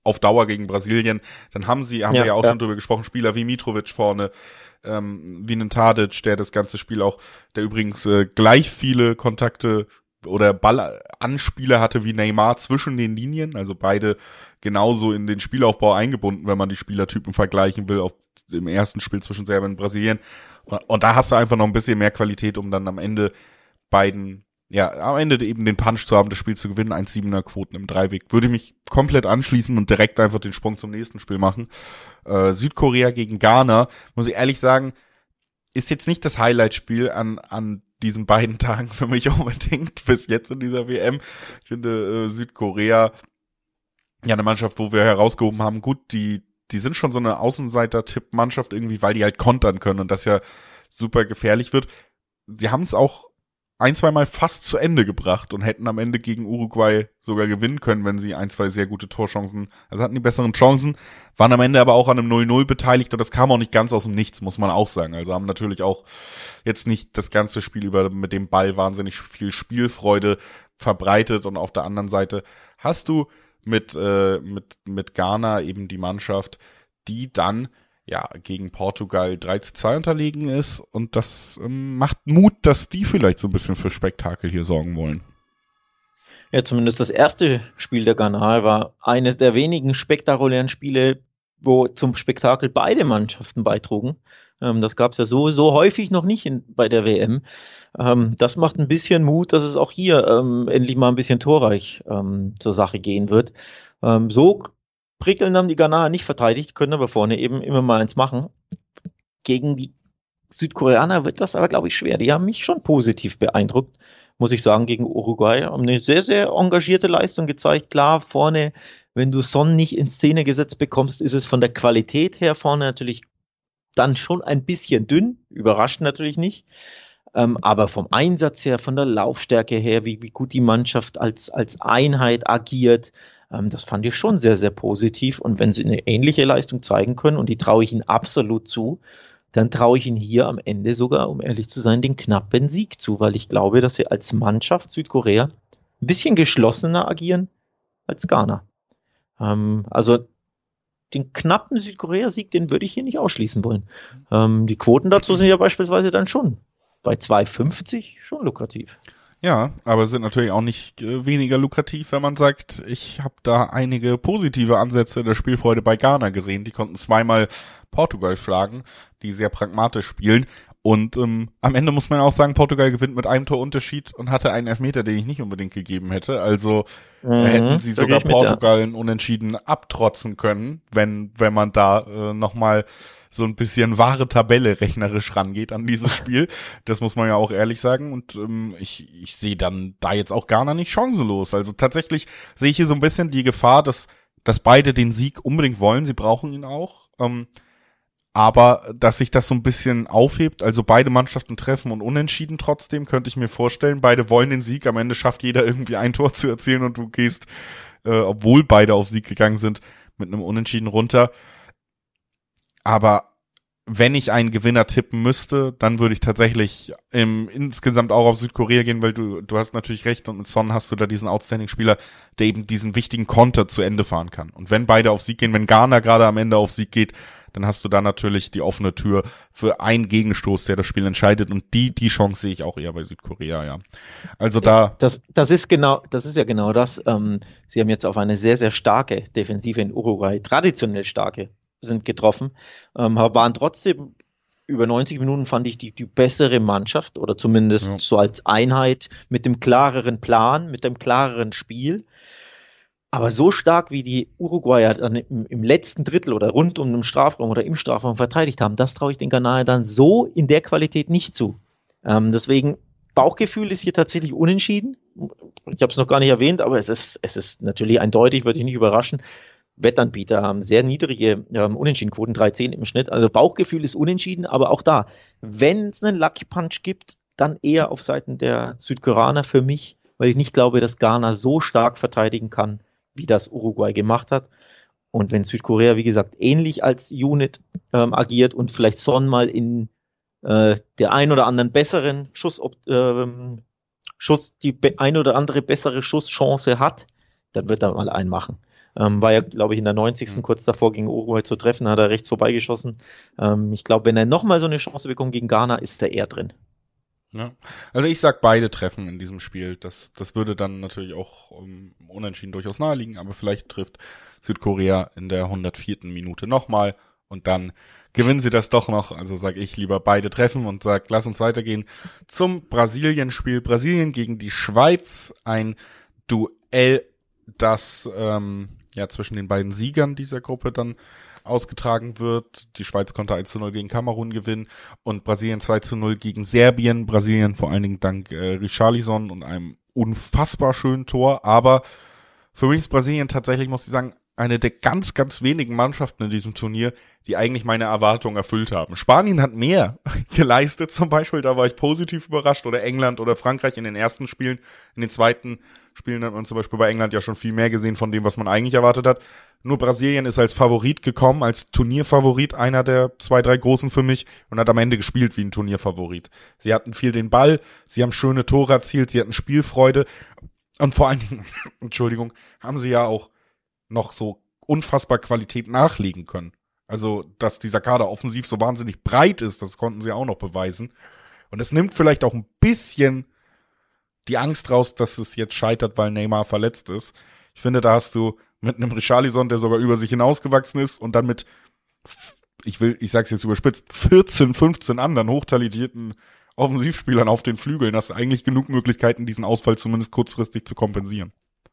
auf Dauer gegen Brasilien. Dann haben sie, haben ja, wir ja auch ja. schon drüber gesprochen, Spieler wie Mitrovic vorne, ähm, wie einen Tadic, der das ganze Spiel auch, der übrigens äh, gleich viele Kontakte oder Ballanspiele hatte wie Neymar zwischen den Linien, also beide genauso in den Spielaufbau eingebunden, wenn man die Spielertypen vergleichen will, auf dem ersten Spiel zwischen Serbien und Brasilien. Und, und da hast du einfach noch ein bisschen mehr Qualität, um dann am Ende beiden, ja, am Ende eben den Punch zu haben, das Spiel zu gewinnen, eins Komma siebener Quoten im Dreiweg. Würde mich komplett anschließen und direkt einfach den Sprung zum nächsten Spiel machen. Äh, Südkorea gegen Ghana, muss ich ehrlich sagen, ist jetzt nicht das Highlight-Spiel an, an diesen beiden Tagen für mich unbedingt bis jetzt in dieser W M. Ich finde äh, Südkorea ja eine Mannschaft, wo wir herausgehoben haben, gut, die die sind schon so eine Außenseiter-Tipp-Mannschaft irgendwie, weil die halt kontern können und das ja super gefährlich wird. Sie haben es auch ein, zwei Mal fast zu Ende gebracht und hätten am Ende gegen Uruguay sogar gewinnen können, wenn sie ein, zwei sehr gute Torchancen, also hatten die besseren Chancen, waren am Ende aber auch an einem null null beteiligt und das kam auch nicht ganz aus dem Nichts, muss man auch sagen. Also haben natürlich auch jetzt nicht das ganze Spiel über mit dem Ball wahnsinnig viel Spielfreude verbreitet und auf der anderen Seite hast du mit äh, mit mit Ghana eben die Mannschaft, die dann ja gegen Portugal drei zu zwei unterlegen ist und das ähm, macht Mut, dass die vielleicht so ein bisschen für Spektakel hier sorgen wollen. Ja, zumindest das erste Spiel der Ghana war eines der wenigen spektakulären Spiele, wo zum Spektakel beide Mannschaften beitrugen. Ähm, das gab es ja so, so häufig noch nicht in, bei der W M. Ähm, das macht ein bisschen Mut, dass es auch hier ähm, endlich mal ein bisschen torreich ähm, zur Sache gehen wird. Ähm, so prickeln haben die Ghanaer nicht verteidigt, können aber vorne eben immer mal eins machen. Gegen die Südkoreaner wird das aber, glaube ich, schwer. Die haben mich schon positiv beeindruckt, muss ich sagen, gegen Uruguay. Haben eine sehr, sehr engagierte Leistung gezeigt. Klar, vorne, wenn du Son nicht in Szene gesetzt bekommst, ist es von der Qualität her vorne natürlich dann schon ein bisschen dünn. Überrascht natürlich nicht. Ähm, aber vom Einsatz her, von der Laufstärke her, wie, wie gut die Mannschaft als, als Einheit agiert, ähm, das fand ich schon sehr, sehr positiv. Und wenn sie eine ähnliche Leistung zeigen können, und die traue ich ihnen absolut zu, dann traue ich ihnen hier am Ende sogar, um ehrlich zu sein, den knappen Sieg zu, weil ich glaube, dass sie als Mannschaft Südkorea ein bisschen geschlossener agieren als Ghana. Ähm, also den knappen Südkorea-Sieg, den würde ich hier nicht ausschließen wollen. Ähm, die Quoten dazu sind ja beispielsweise dann schon bei zwei Komma fünfzig schon lukrativ. Ja, aber sind natürlich auch nicht äh, weniger lukrativ, wenn man sagt, ich habe da einige positive Ansätze der Spielfreude bei Ghana gesehen. Die konnten zweimal Portugal schlagen, die sehr pragmatisch spielen. Und ähm, am Ende muss man auch sagen, Portugal gewinnt mit einem Torunterschied und hatte einen Elfmeter, den ich nicht unbedingt gegeben hätte. Also mhm, äh, hätten sie sogar Portugal einen Unentschieden abtrotzen können, wenn wenn man da äh, nochmal so ein bisschen wahre Tabelle rechnerisch rangeht an dieses Spiel. Das muss man ja auch ehrlich sagen. Und ähm, ich ich sehe dann da jetzt auch Ghana nicht chancenlos. Also tatsächlich sehe ich hier so ein bisschen die Gefahr, dass dass beide den Sieg unbedingt wollen. Sie brauchen ihn auch. Ähm, aber dass sich das so ein bisschen aufhebt, also beide Mannschaften treffen und unentschieden trotzdem, könnte ich mir vorstellen. Beide wollen den Sieg. Am Ende schafft jeder irgendwie ein Tor zu erzielen und du gehst, äh, obwohl beide auf Sieg gegangen sind, mit einem Unentschieden runter. Aber wenn ich einen Gewinner tippen müsste, dann würde ich tatsächlich im, insgesamt auch auf Südkorea gehen, weil du du hast natürlich recht und mit Son hast du da diesen Outstanding-Spieler, der eben diesen wichtigen Konter zu Ende fahren kann. Und wenn beide auf Sieg gehen, wenn Ghana gerade am Ende auf Sieg geht, dann hast du da natürlich die offene Tür für einen Gegenstoß, der das Spiel entscheidet. Und die die Chance sehe ich auch eher bei Südkorea, ja. Also da... Das, das ist genau, das ist ja genau das. Ähm, sie haben jetzt auf eine sehr, sehr starke Defensive in Uruguay, traditionell starke, sind getroffen, ähm, waren trotzdem über neunzig Minuten, fand ich, die, die bessere Mannschaft oder zumindest ja. so als Einheit mit dem klareren Plan, mit dem klareren Spiel. Aber so stark, wie die Uruguayer dann im, im letzten Drittel oder rund um den Strafraum oder im Strafraum verteidigt haben, das traue ich den Ghanaer dann so in der Qualität nicht zu. Ähm, deswegen, Bauchgefühl ist hier tatsächlich unentschieden. Ich habe es noch gar nicht erwähnt, aber es ist, es ist natürlich eindeutig, würde ich nicht überraschen. Wettanbieter haben sehr niedrige ähm, Unentschiedenquoten, drei Komma zehn im Schnitt. Also Bauchgefühl ist unentschieden, aber auch da, wenn es einen Lucky Punch gibt, dann eher auf Seiten der Südkoreaner für mich, weil ich nicht glaube, dass Ghana so stark verteidigen kann, wie das Uruguay gemacht hat. Und wenn Südkorea, wie gesagt, ähnlich als Unit ähm, agiert und vielleicht Son mal in äh, der ein oder anderen besseren Schuss, ähm, Schuss die be- ein oder andere bessere Schusschance hat, dann wird er mal einen machen. Ähm, war ja, glaube ich, in der neunzigsten kurz davor gegen Uruguay zu treffen, hat er rechts vorbeigeschossen. Ähm, ich glaube, wenn er nochmal so eine Chance bekommt gegen Ghana, ist er eher drin. Ja. Also ich sag beide treffen in diesem Spiel. Das, das würde dann natürlich auch um, unentschieden durchaus naheliegen, aber vielleicht trifft Südkorea in der hundertvierten Minute nochmal und dann gewinnen sie das doch noch. Also sage ich lieber beide treffen und sag, lass uns weitergehen zum Brasilien-Spiel. Brasilien gegen die Schweiz, ein Duell, das ähm, ja zwischen den beiden Siegern dieser Gruppe dann ausgetragen wird. Die Schweiz konnte eins zu null gegen Kamerun gewinnen und Brasilien zwei zu null gegen Serbien. Brasilien vor allen Dingen dank äh, Richarlison und einem unfassbar schönen Tor. Aber für mich ist Brasilien tatsächlich, muss ich sagen, eine der ganz, ganz wenigen Mannschaften in diesem Turnier, die eigentlich meine Erwartungen erfüllt haben. Spanien hat mehr geleistet zum Beispiel, da war ich positiv überrascht, oder England oder Frankreich in den ersten Spielen. In den zweiten Spielen hat man zum Beispiel bei England ja schon viel mehr gesehen von dem, was man eigentlich erwartet hat. Nur Brasilien ist als Favorit gekommen, als Turnierfavorit, einer der zwei, drei Großen für mich, und hat am Ende gespielt wie ein Turnierfavorit. Sie hatten viel den Ball, sie haben schöne Tore erzielt, sie hatten Spielfreude und vor allen Dingen, Entschuldigung, haben sie ja auch noch so unfassbar Qualität nachlegen können. Also, dass dieser Kader offensiv so wahnsinnig breit ist, das konnten sie auch noch beweisen. Und es nimmt vielleicht auch ein bisschen die Angst raus, dass es jetzt scheitert, weil Neymar verletzt ist. Ich finde, da hast du mit einem Richarlison, der sogar über sich hinausgewachsen ist, und dann mit, ich will, ich sag's jetzt überspitzt, vierzehn, fünfzehn anderen hochtalentierten Offensivspielern auf den Flügeln, hast du eigentlich genug Möglichkeiten, diesen Ausfall zumindest kurzfristig zu kompensieren.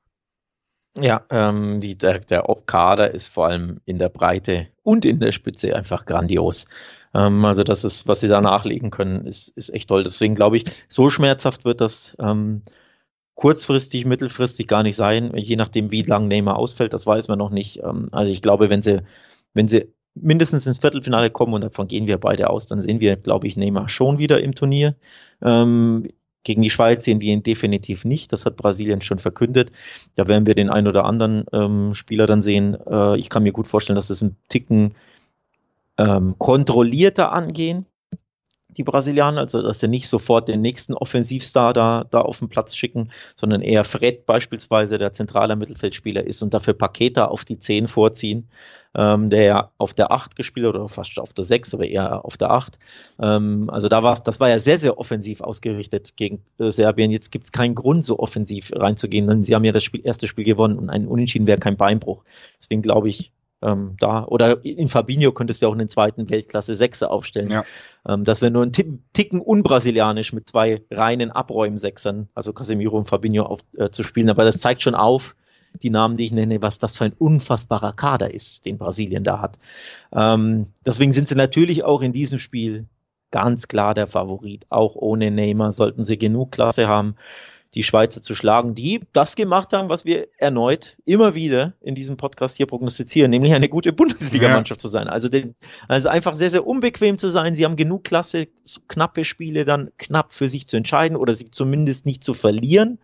Ja, ähm, die, der, der Kader ist vor allem in der Breite und in der Spitze einfach grandios. Ähm, also das ist, was sie da nachlegen können, ist, ist echt toll. Deswegen glaube ich, so schmerzhaft wird das ähm, kurzfristig, mittelfristig gar nicht sein, je nachdem, wie lang Neymar ausfällt, das weiß man noch nicht. Ähm, also ich glaube, wenn sie, wenn sie mindestens ins Viertelfinale kommen, und davon gehen wir beide aus, dann sehen wir, glaube ich, Neymar schon wieder im Turnier. Ähm, Gegen die Schweiz sehen wir ihn definitiv nicht. Das hat Brasilien schon verkündet. Da werden wir den ein oder anderen ähm, Spieler dann sehen. Äh, ich kann mir gut vorstellen, dass es ein Ticken ähm, kontrollierter angehen, die Brasilianer. Also, dass sie nicht sofort den nächsten Offensivstar da, da auf den Platz schicken, sondern eher Fred beispielsweise, der zentraler Mittelfeldspieler ist, und dafür Paqueta auf die zehn vorziehen, ähm, der ja auf der acht gespielt hat, oder fast auf der sechs, aber eher auf der acht. Ähm, also da war das war ja sehr, sehr offensiv ausgerichtet gegen äh, Serbien. Jetzt gibt es keinen Grund, so offensiv reinzugehen, denn sie haben ja das Spiel, erste Spiel gewonnen, und ein Unentschieden wäre kein Beinbruch. Deswegen glaube ich, ähm, da, oder in Fabinho könntest du auch einen zweiten Weltklasse-Sechser aufstellen. Ja. Ähm, das wäre nur ein Ticken unbrasilianisch mit zwei reinen Abräumsechsern, also Casemiro und Fabinho auf, äh, zu spielen. Aber das zeigt schon auf, die Namen, die ich nenne, was das für ein unfassbarer Kader ist, den Brasilien da hat. Ähm, deswegen sind sie natürlich auch in diesem Spiel ganz klar der Favorit. Auch ohne Neymar sollten sie genug Klasse haben, die Schweizer zu schlagen, die das gemacht haben, was wir erneut immer wieder in diesem Podcast hier prognostizieren, nämlich eine gute Bundesligamannschaft ja. zu sein. Also, den, also einfach sehr, sehr unbequem zu sein. Sie haben genug Klasse, so knappe Spiele dann knapp für sich zu entscheiden oder sie zumindest nicht zu verlieren.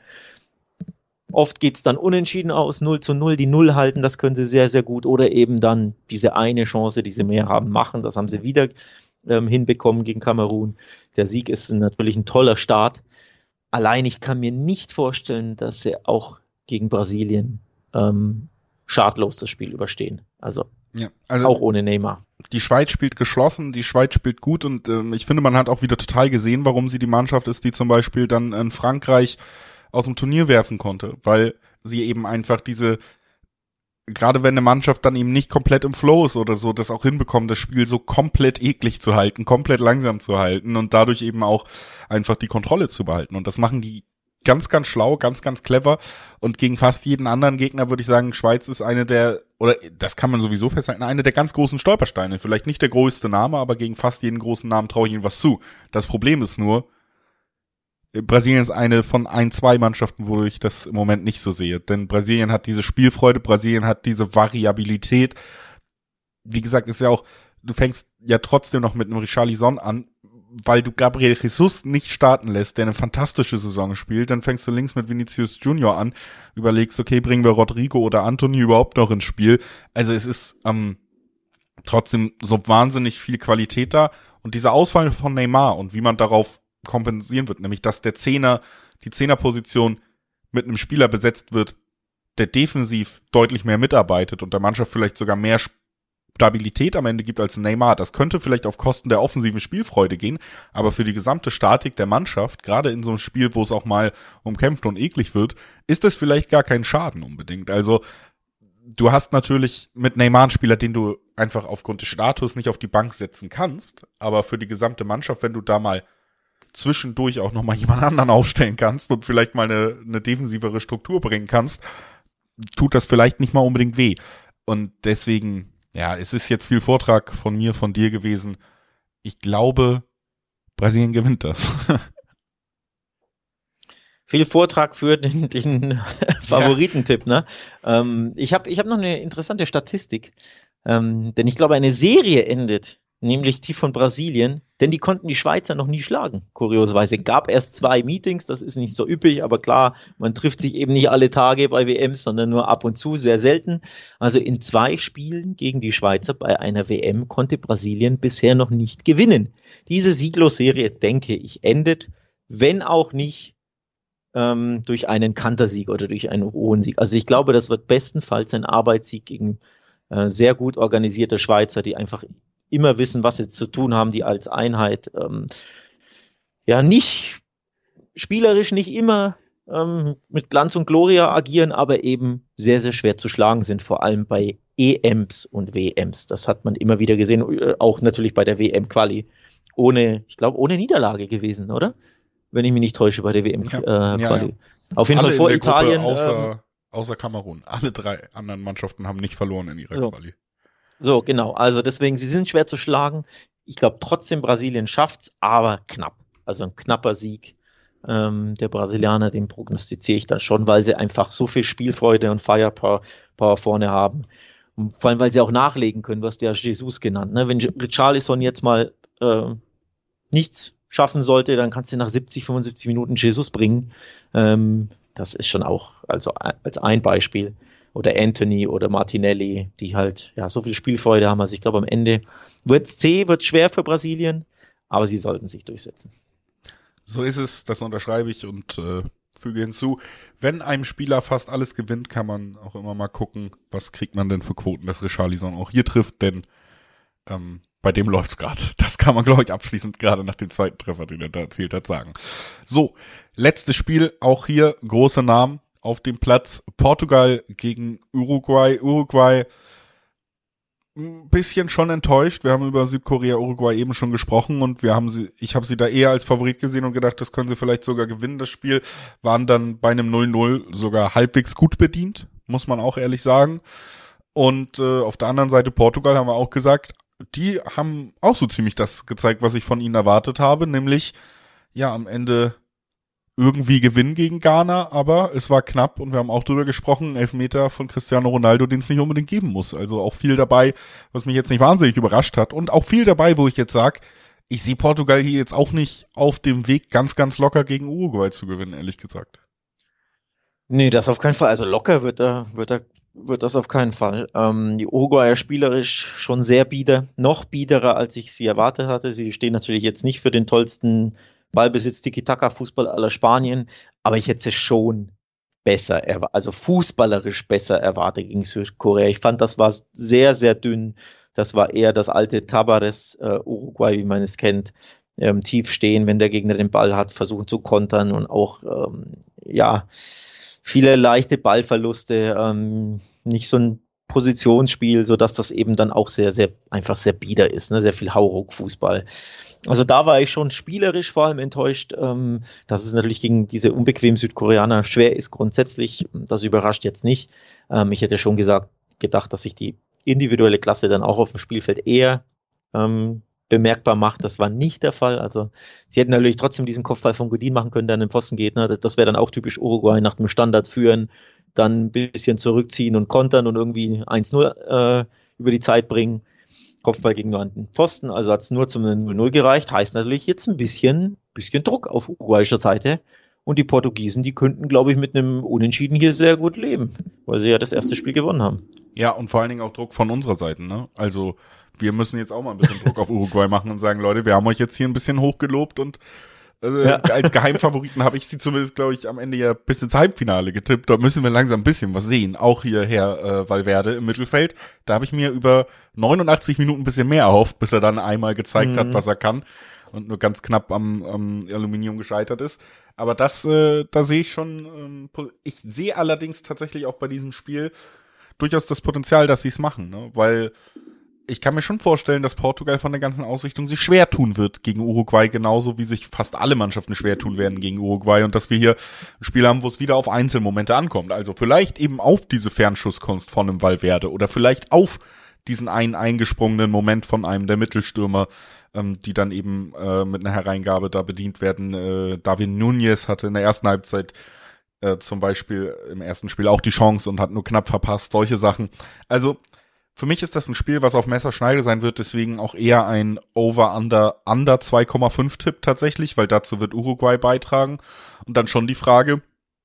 Oft geht's dann unentschieden aus, null zu null, die Null halten, das können sie sehr, sehr gut. Oder eben dann diese eine Chance, die sie mehr haben, machen. Das haben sie wieder ähm, hinbekommen gegen Kamerun. Der Sieg ist natürlich ein toller Start. Allein ich kann mir nicht vorstellen, dass sie auch gegen Brasilien ähm, schadlos das Spiel überstehen. Also, ja, also auch ohne Neymar. Die Schweiz spielt geschlossen, die Schweiz spielt gut, und ähm, ich finde, man hat auch wieder total gesehen, warum sie die Mannschaft ist, die zum Beispiel dann in Frankreich aus dem Turnier werfen konnte, weil sie eben einfach diese, gerade wenn eine Mannschaft dann eben nicht komplett im Flow ist oder so, das auch hinbekommt, das Spiel so komplett eklig zu halten, komplett langsam zu halten und dadurch eben auch einfach die Kontrolle zu behalten. Und das machen die ganz, ganz schlau, ganz, ganz clever. Und gegen fast jeden anderen Gegner würde ich sagen, Schweiz ist eine der, oder das kann man sowieso festhalten, eine der ganz großen Stolpersteine. Vielleicht nicht der größte Name, aber gegen fast jeden großen Namen traue ich ihnen was zu. Das Problem ist nur, Brasilien ist eine von ein, zwei Mannschaften, wo ich das im Moment nicht so sehe. Denn Brasilien hat diese Spielfreude, Brasilien hat diese Variabilität. Wie gesagt, ist ja auch, du fängst ja trotzdem noch mit einem Richarlison an, weil du Gabriel Jesus nicht starten lässt, der eine fantastische Saison spielt. Dann fängst du links mit Vinicius Junior an, überlegst, okay, bringen wir Rodrigo oder Antony überhaupt noch ins Spiel. Also es ist ähm, trotzdem so wahnsinnig viel Qualität da. Und dieser Ausfall von Neymar und wie man darauf kompensieren wird, nämlich dass der Zehner, die Zehnerposition mit einem Spieler besetzt wird, der defensiv deutlich mehr mitarbeitet und der Mannschaft vielleicht sogar mehr Stabilität am Ende gibt als Neymar. Das könnte vielleicht auf Kosten der offensiven Spielfreude gehen, aber für die gesamte Statik der Mannschaft, gerade in so einem Spiel, wo es auch mal umkämpft und eklig wird, ist es vielleicht gar kein Schaden unbedingt. Also du hast natürlich mit Neymar einen Spieler, den du einfach aufgrund des Status nicht auf die Bank setzen kannst, aber für die gesamte Mannschaft, wenn du da mal zwischendurch auch nochmal jemand anderen aufstellen kannst und vielleicht mal eine, eine defensivere Struktur bringen kannst, tut das vielleicht nicht mal unbedingt weh. Und deswegen, ja, es ist jetzt viel Vortrag von mir, von dir gewesen. Ich glaube, Brasilien gewinnt das. Viel Vortrag für den, den Favoritentipp, ne? Ähm, ich habe ich hab noch eine interessante Statistik, ähm, denn ich glaube, eine Serie endet, nämlich die von Brasilien, denn die konnten die Schweizer noch nie schlagen, kurioserweise. Gab erst zwei Meetings, das ist nicht so üppig, aber klar, man trifft sich eben nicht alle Tage bei W Ms, sondern nur ab und zu, sehr selten. Also in zwei Spielen gegen die Schweizer bei einer W M konnte Brasilien bisher noch nicht gewinnen. Diese Sieglos-Serie, denke ich, endet, wenn auch nicht ähm, durch einen Kantersieg oder durch einen hohen Sieg. Also ich glaube, das wird bestenfalls ein Arbeitssieg gegen äh, sehr gut organisierte Schweizer, die einfach immer wissen, was sie zu tun haben, die als Einheit ähm, ja nicht spielerisch nicht immer ähm, mit Glanz und Gloria agieren, aber eben sehr, sehr schwer zu schlagen sind, vor allem bei E Ms und W Ms. Das hat man immer wieder gesehen, auch natürlich bei der W M-Quali. Ohne, ich glaube, ohne Niederlage gewesen, oder? Wenn ich mich nicht täusche, bei der W M-Quali. Ja, ja, ja. Auf jeden Alle Fall vor in der Italien. Gruppe außer, ähm, außer Kamerun. Alle drei anderen Mannschaften haben nicht verloren in ihrer so. Quali. So, genau. Also deswegen, sie sind schwer zu schlagen. Ich glaube trotzdem, Brasilien schafft's, aber knapp. Also ein knapper Sieg ähm, der Brasilianer, den prognostiziere ich da schon, weil sie einfach so viel Spielfreude und Firepower Power vorne haben. Und vor allem, weil sie auch nachlegen können, was der Jesus genannt. Ne? Wenn Richarlison jetzt mal äh, nichts schaffen sollte, dann kannst du nach siebzig, fünfundsiebzig Minuten Jesus bringen. Ähm, das ist schon auch, also als ein Beispiel. Oder Anthony oder Martinelli, die halt ja so viel Spielfreude haben. Also ich glaube, am Ende wird's zäh, wird schwer für Brasilien, aber sie sollten sich durchsetzen. So ist es, das unterschreibe ich und äh, füge hinzu. Wenn einem Spieler fast alles gewinnt, kann man auch immer mal gucken, was kriegt man denn für Quoten, dass Richarlison auch hier trifft, denn ähm, bei dem läuft's gerade. Das kann man, glaube ich, abschließend gerade nach dem zweiten Treffer, den er da erzielt hat, sagen. So, letztes Spiel, auch hier große Namen auf dem Platz. Portugal gegen Uruguay. Uruguay ein bisschen schon enttäuscht. Wir haben über Südkorea, Uruguay eben schon gesprochen und wir haben sie, ich habe sie da eher als Favorit gesehen und gedacht, das können sie vielleicht sogar gewinnen. Das Spiel waren dann bei einem null null sogar halbwegs gut bedient, muss man auch ehrlich sagen. Und äh, auf der anderen Seite Portugal haben wir auch gesagt, die haben auch so ziemlich das gezeigt, was ich von ihnen erwartet habe, nämlich ja am Ende irgendwie gewinnen gegen Ghana, aber es war knapp und wir haben auch drüber gesprochen, Elfmeter von Cristiano Ronaldo, den es nicht unbedingt geben muss. Also auch viel dabei, was mich jetzt nicht wahnsinnig überrascht hat und auch viel dabei, wo ich jetzt sag, ich sehe Portugal hier jetzt auch nicht auf dem Weg, ganz, ganz locker gegen Uruguay zu gewinnen, ehrlich gesagt. Nee, das auf keinen Fall. Also locker wird da, wird da, wird das auf keinen Fall. Ähm, die Uruguayer spielerisch schon sehr bieder, noch biederer, als ich sie erwartet hatte. Sie stehen natürlich jetzt nicht für den tollsten Ballbesitz, Tiki-Taka-Fußball aller Spanien, aber ich hätte es schon besser, also fußballerisch besser erwartet gegen Südkorea. Ich fand, das war sehr, sehr dünn. Das war eher das alte Tabares äh, Uruguay, wie man es kennt. Ähm, tief stehen, wenn der Gegner den Ball hat, versuchen zu kontern und auch, ähm, ja, viele leichte Ballverluste, ähm, nicht so ein Positionsspiel, sodass das eben dann auch sehr, sehr, einfach sehr bieder ist, ne? Sehr viel Hauruck-Fußball. Also da war ich schon spielerisch vor allem enttäuscht, ähm, dass es natürlich gegen diese unbequemen Südkoreaner schwer ist grundsätzlich. Das überrascht jetzt nicht. Ähm, ich hätte schon gesagt, gedacht, dass sich die individuelle Klasse dann auch auf dem Spielfeld eher ähm, bemerkbar macht. Das war nicht der Fall. Also sie hätten natürlich trotzdem diesen Kopfball von Godin machen können, der an den Pfosten geht. Ne? Das wäre dann auch typisch Uruguay, nach dem Standard führen, dann ein bisschen zurückziehen und kontern und irgendwie eins null äh, über die Zeit bringen. Kopfball gegen nur an den Pfosten, also hat es nur zum null null gereicht, heißt natürlich jetzt ein bisschen, bisschen Druck auf uruguayischer Seite. Und die Portugiesen, die könnten, glaube ich, mit einem Unentschieden hier sehr gut leben, weil sie ja das erste Spiel gewonnen haben. Ja, und vor allen Dingen auch Druck von unserer Seite, ne? Also wir müssen jetzt auch mal ein bisschen Druck auf Uruguay machen und sagen, Leute, wir haben euch jetzt hier ein bisschen hochgelobt und Also, ja. Als Geheimfavoriten habe ich sie zumindest, glaube ich, am Ende ja bis ins Halbfinale getippt. Da müssen wir langsam ein bisschen was sehen. Auch hier Herr äh, Valverde im Mittelfeld. Da habe ich mir über neunundachtzig Minuten ein bisschen mehr erhofft, bis er dann einmal gezeigt mhm. hat, was er kann. Und nur ganz knapp am, am Aluminium gescheitert ist. Aber das, äh, da sehe ich schon, ähm, ich sehe allerdings tatsächlich auch bei diesem Spiel durchaus das Potenzial, dass sie es machen, ne? Weil ich kann mir schon vorstellen, dass Portugal von der ganzen Ausrichtung sich schwer tun wird gegen Uruguay, genauso wie sich fast alle Mannschaften schwer tun werden gegen Uruguay und dass wir hier ein Spiel haben, wo es wieder auf Einzelmomente ankommt. Also vielleicht eben auf diese Fernschusskunst von einem Valverde oder vielleicht auf diesen einen eingesprungenen Moment von einem der Mittelstürmer, ähm, die dann eben äh, mit einer Hereingabe da bedient werden. Äh, David Núñez hatte in der ersten Halbzeit äh, zum Beispiel im ersten Spiel auch die Chance und hat nur knapp verpasst, solche Sachen. Also für mich ist das ein Spiel, was auf Messerschneide sein wird, deswegen auch eher ein Over-Under Under zwei Komma fünf Tipp tatsächlich, weil dazu wird Uruguay beitragen. Und dann schon die Frage,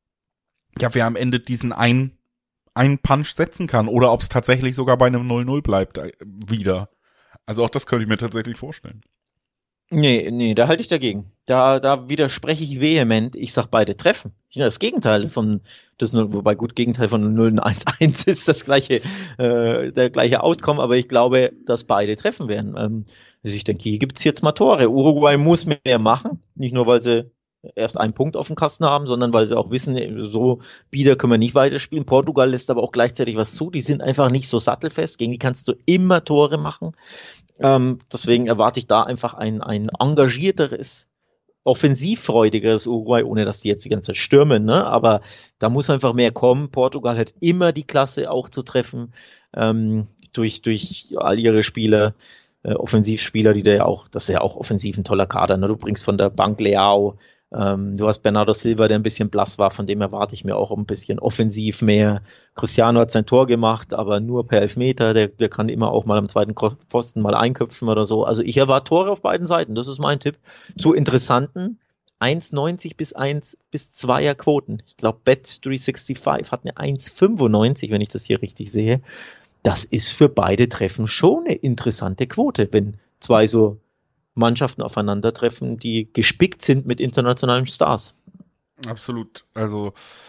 ja, wer am Ende diesen einen, einen Punch setzen kann oder ob es tatsächlich sogar bei einem null null bleibt äh, wieder. Also auch das könnte ich mir tatsächlich vorstellen. Nee, nee, da halte ich dagegen. Da, da widerspreche ich vehement. Ich sag beide treffen. Ja, das Gegenteil von, das nur, wobei gut, Gegenteil von null und eins eins ist das gleiche, äh, der gleiche Outcome, aber ich glaube, dass beide treffen werden. Ähm, also ich denke, hier gibt's jetzt mal Tore. Uruguay muss mehr machen. Nicht nur, weil sie erst einen Punkt auf dem Kasten haben, sondern weil sie auch wissen, so bieder können wir nicht weiterspielen. Portugal lässt aber auch gleichzeitig was zu. Die sind einfach nicht so sattelfest. Gegen die kannst du immer Tore machen. Ähm, deswegen erwarte ich da einfach ein, ein engagierteres, offensivfreudigeres Uruguay, ohne dass die jetzt die ganze Zeit stürmen, ne? Aber da muss einfach mehr kommen. Portugal hat immer die Klasse auch zu treffen, ähm, durch, durch all ihre Spieler, äh, Offensivspieler, die da ja auch, das ist ja auch offensiv ein toller Kader, ne? Du bringst von der Bank Leao, ähm, du hast Bernardo Silva, der ein bisschen blass war, von dem erwarte ich mir auch ein bisschen offensiv mehr. Cristiano hat sein Tor gemacht, aber nur per Elfmeter, der, der kann immer auch mal am zweiten Pfosten mal einköpfen oder so. Also ich erwarte Tore auf beiden Seiten, das ist mein Tipp. Zu interessanten eins Komma neunzig bis eins bis zweier Quoten. Ich glaube, Bet dreihundertfünfundsechzig hat eine eins Komma fünfundneunzig, wenn ich das hier richtig sehe. Das ist für beide Treffen schon eine interessante Quote, wenn zwei so Mannschaften aufeinandertreffen, die gespickt sind mit internationalen Stars. Absolut. Also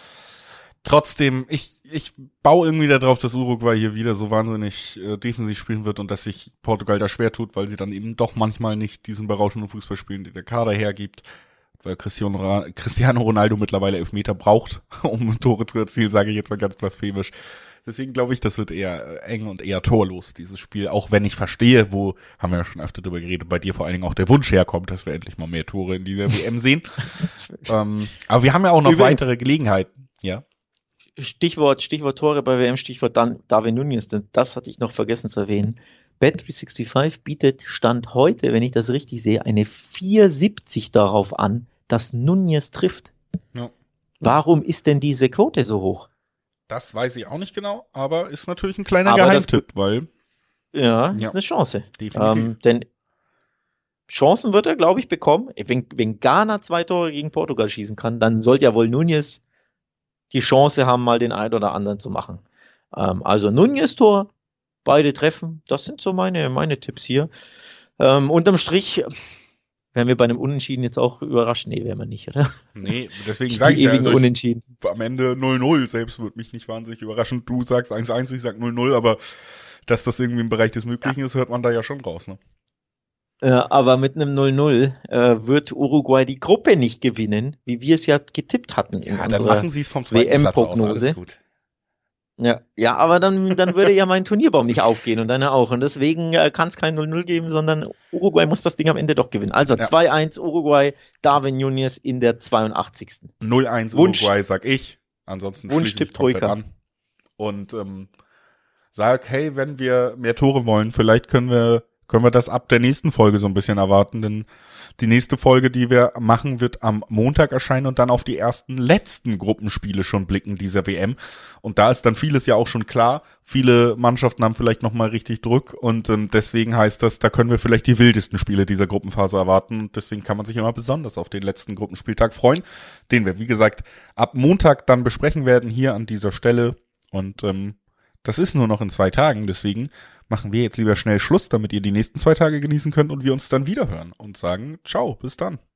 trotzdem, ich ich baue irgendwie darauf, dass Uruguay hier wieder so wahnsinnig äh, defensiv spielen wird und dass sich Portugal da schwer tut, weil sie dann eben doch manchmal nicht diesen berauschenden Fußball spielen, den der Kader hergibt, weil Cristiano, Cristiano Ronaldo mittlerweile Elfmeter braucht, um Tore zu erzielen, sage ich jetzt mal ganz blasphemisch. Deswegen glaube ich, das wird eher eng und eher torlos, dieses Spiel. Auch wenn ich verstehe, wo, haben wir ja schon öfter drüber geredet, bei dir vor allen Dingen auch der Wunsch herkommt, dass wir endlich mal mehr Tore in dieser W M sehen. ähm, aber wir haben ja auch noch Übrigens, weitere Gelegenheiten. Ja. Stichwort, Stichwort Tore bei W M, Stichwort Dan, David Núñez, denn das hatte ich noch vergessen zu erwähnen. Bet dreihundertfünfundsechzig bietet Stand heute, wenn ich das richtig sehe, eine vier siebzig darauf an, dass Núñez trifft. Ja. Warum ist denn diese Quote so hoch? Das weiß ich auch nicht genau, aber ist natürlich ein kleiner aber Geheimtipp, das, weil ja, ist ja, eine Chance. Definitiv. Ähm, denn Chancen wird er, glaube ich, bekommen. Wenn, wenn Ghana zwei Tore gegen Portugal schießen kann, dann sollte ja wohl Núñez die Chance haben, mal den einen oder anderen zu machen. Ähm, also Núñez Tor, beide treffen, das sind so meine, meine Tipps hier. Ähm, unterm Strich wären wir bei einem Unentschieden jetzt auch überrascht? Nee, wären wir nicht, oder? Nee, deswegen sage ich ja, also Unentschieden. Ich, am Ende null null selbst würde mich nicht wahnsinnig überraschen. Du sagst eins eins, ich sag null null, aber dass das irgendwie im Bereich des Möglichen ja. ist, hört man da ja schon raus, ne? Ja, aber mit einem null null äh, wird Uruguay die Gruppe nicht gewinnen, wie wir es ja getippt hatten. Ja, dann machen sie es vom zweiten Platz aus, alles gut. Ja, ja, aber dann, dann würde ja mein Turnierbaum nicht aufgehen und deiner auch. Und deswegen äh, kann es kein null null geben, sondern Uruguay muss das Ding am Ende doch gewinnen. Also ja. zwei eins Uruguay, David Núñez in der zweiundachtzigsten null eins Uruguay, sag ich. Ansonsten Wunschtipp Troika an. Und ähm, sag, hey, wenn wir mehr Tore wollen, vielleicht können wir können wir das ab der nächsten Folge so ein bisschen erwarten, denn die nächste Folge, die wir machen, wird am Montag erscheinen und dann auf die ersten letzten Gruppenspiele schon blicken dieser W M. Und da ist dann vieles ja auch schon klar. Viele Mannschaften haben vielleicht nochmal richtig Druck und ähm, deswegen heißt das, da können wir vielleicht die wildesten Spiele dieser Gruppenphase erwarten. Und deswegen kann man sich immer besonders auf den letzten Gruppenspieltag freuen, den wir, wie gesagt, ab Montag dann besprechen werden hier an dieser Stelle. Und ähm, das ist nur noch in zwei Tagen, deswegen machen wir jetzt lieber schnell Schluss, damit ihr die nächsten zwei Tage genießen könnt und wir uns dann wieder hören und sagen, ciao, bis dann.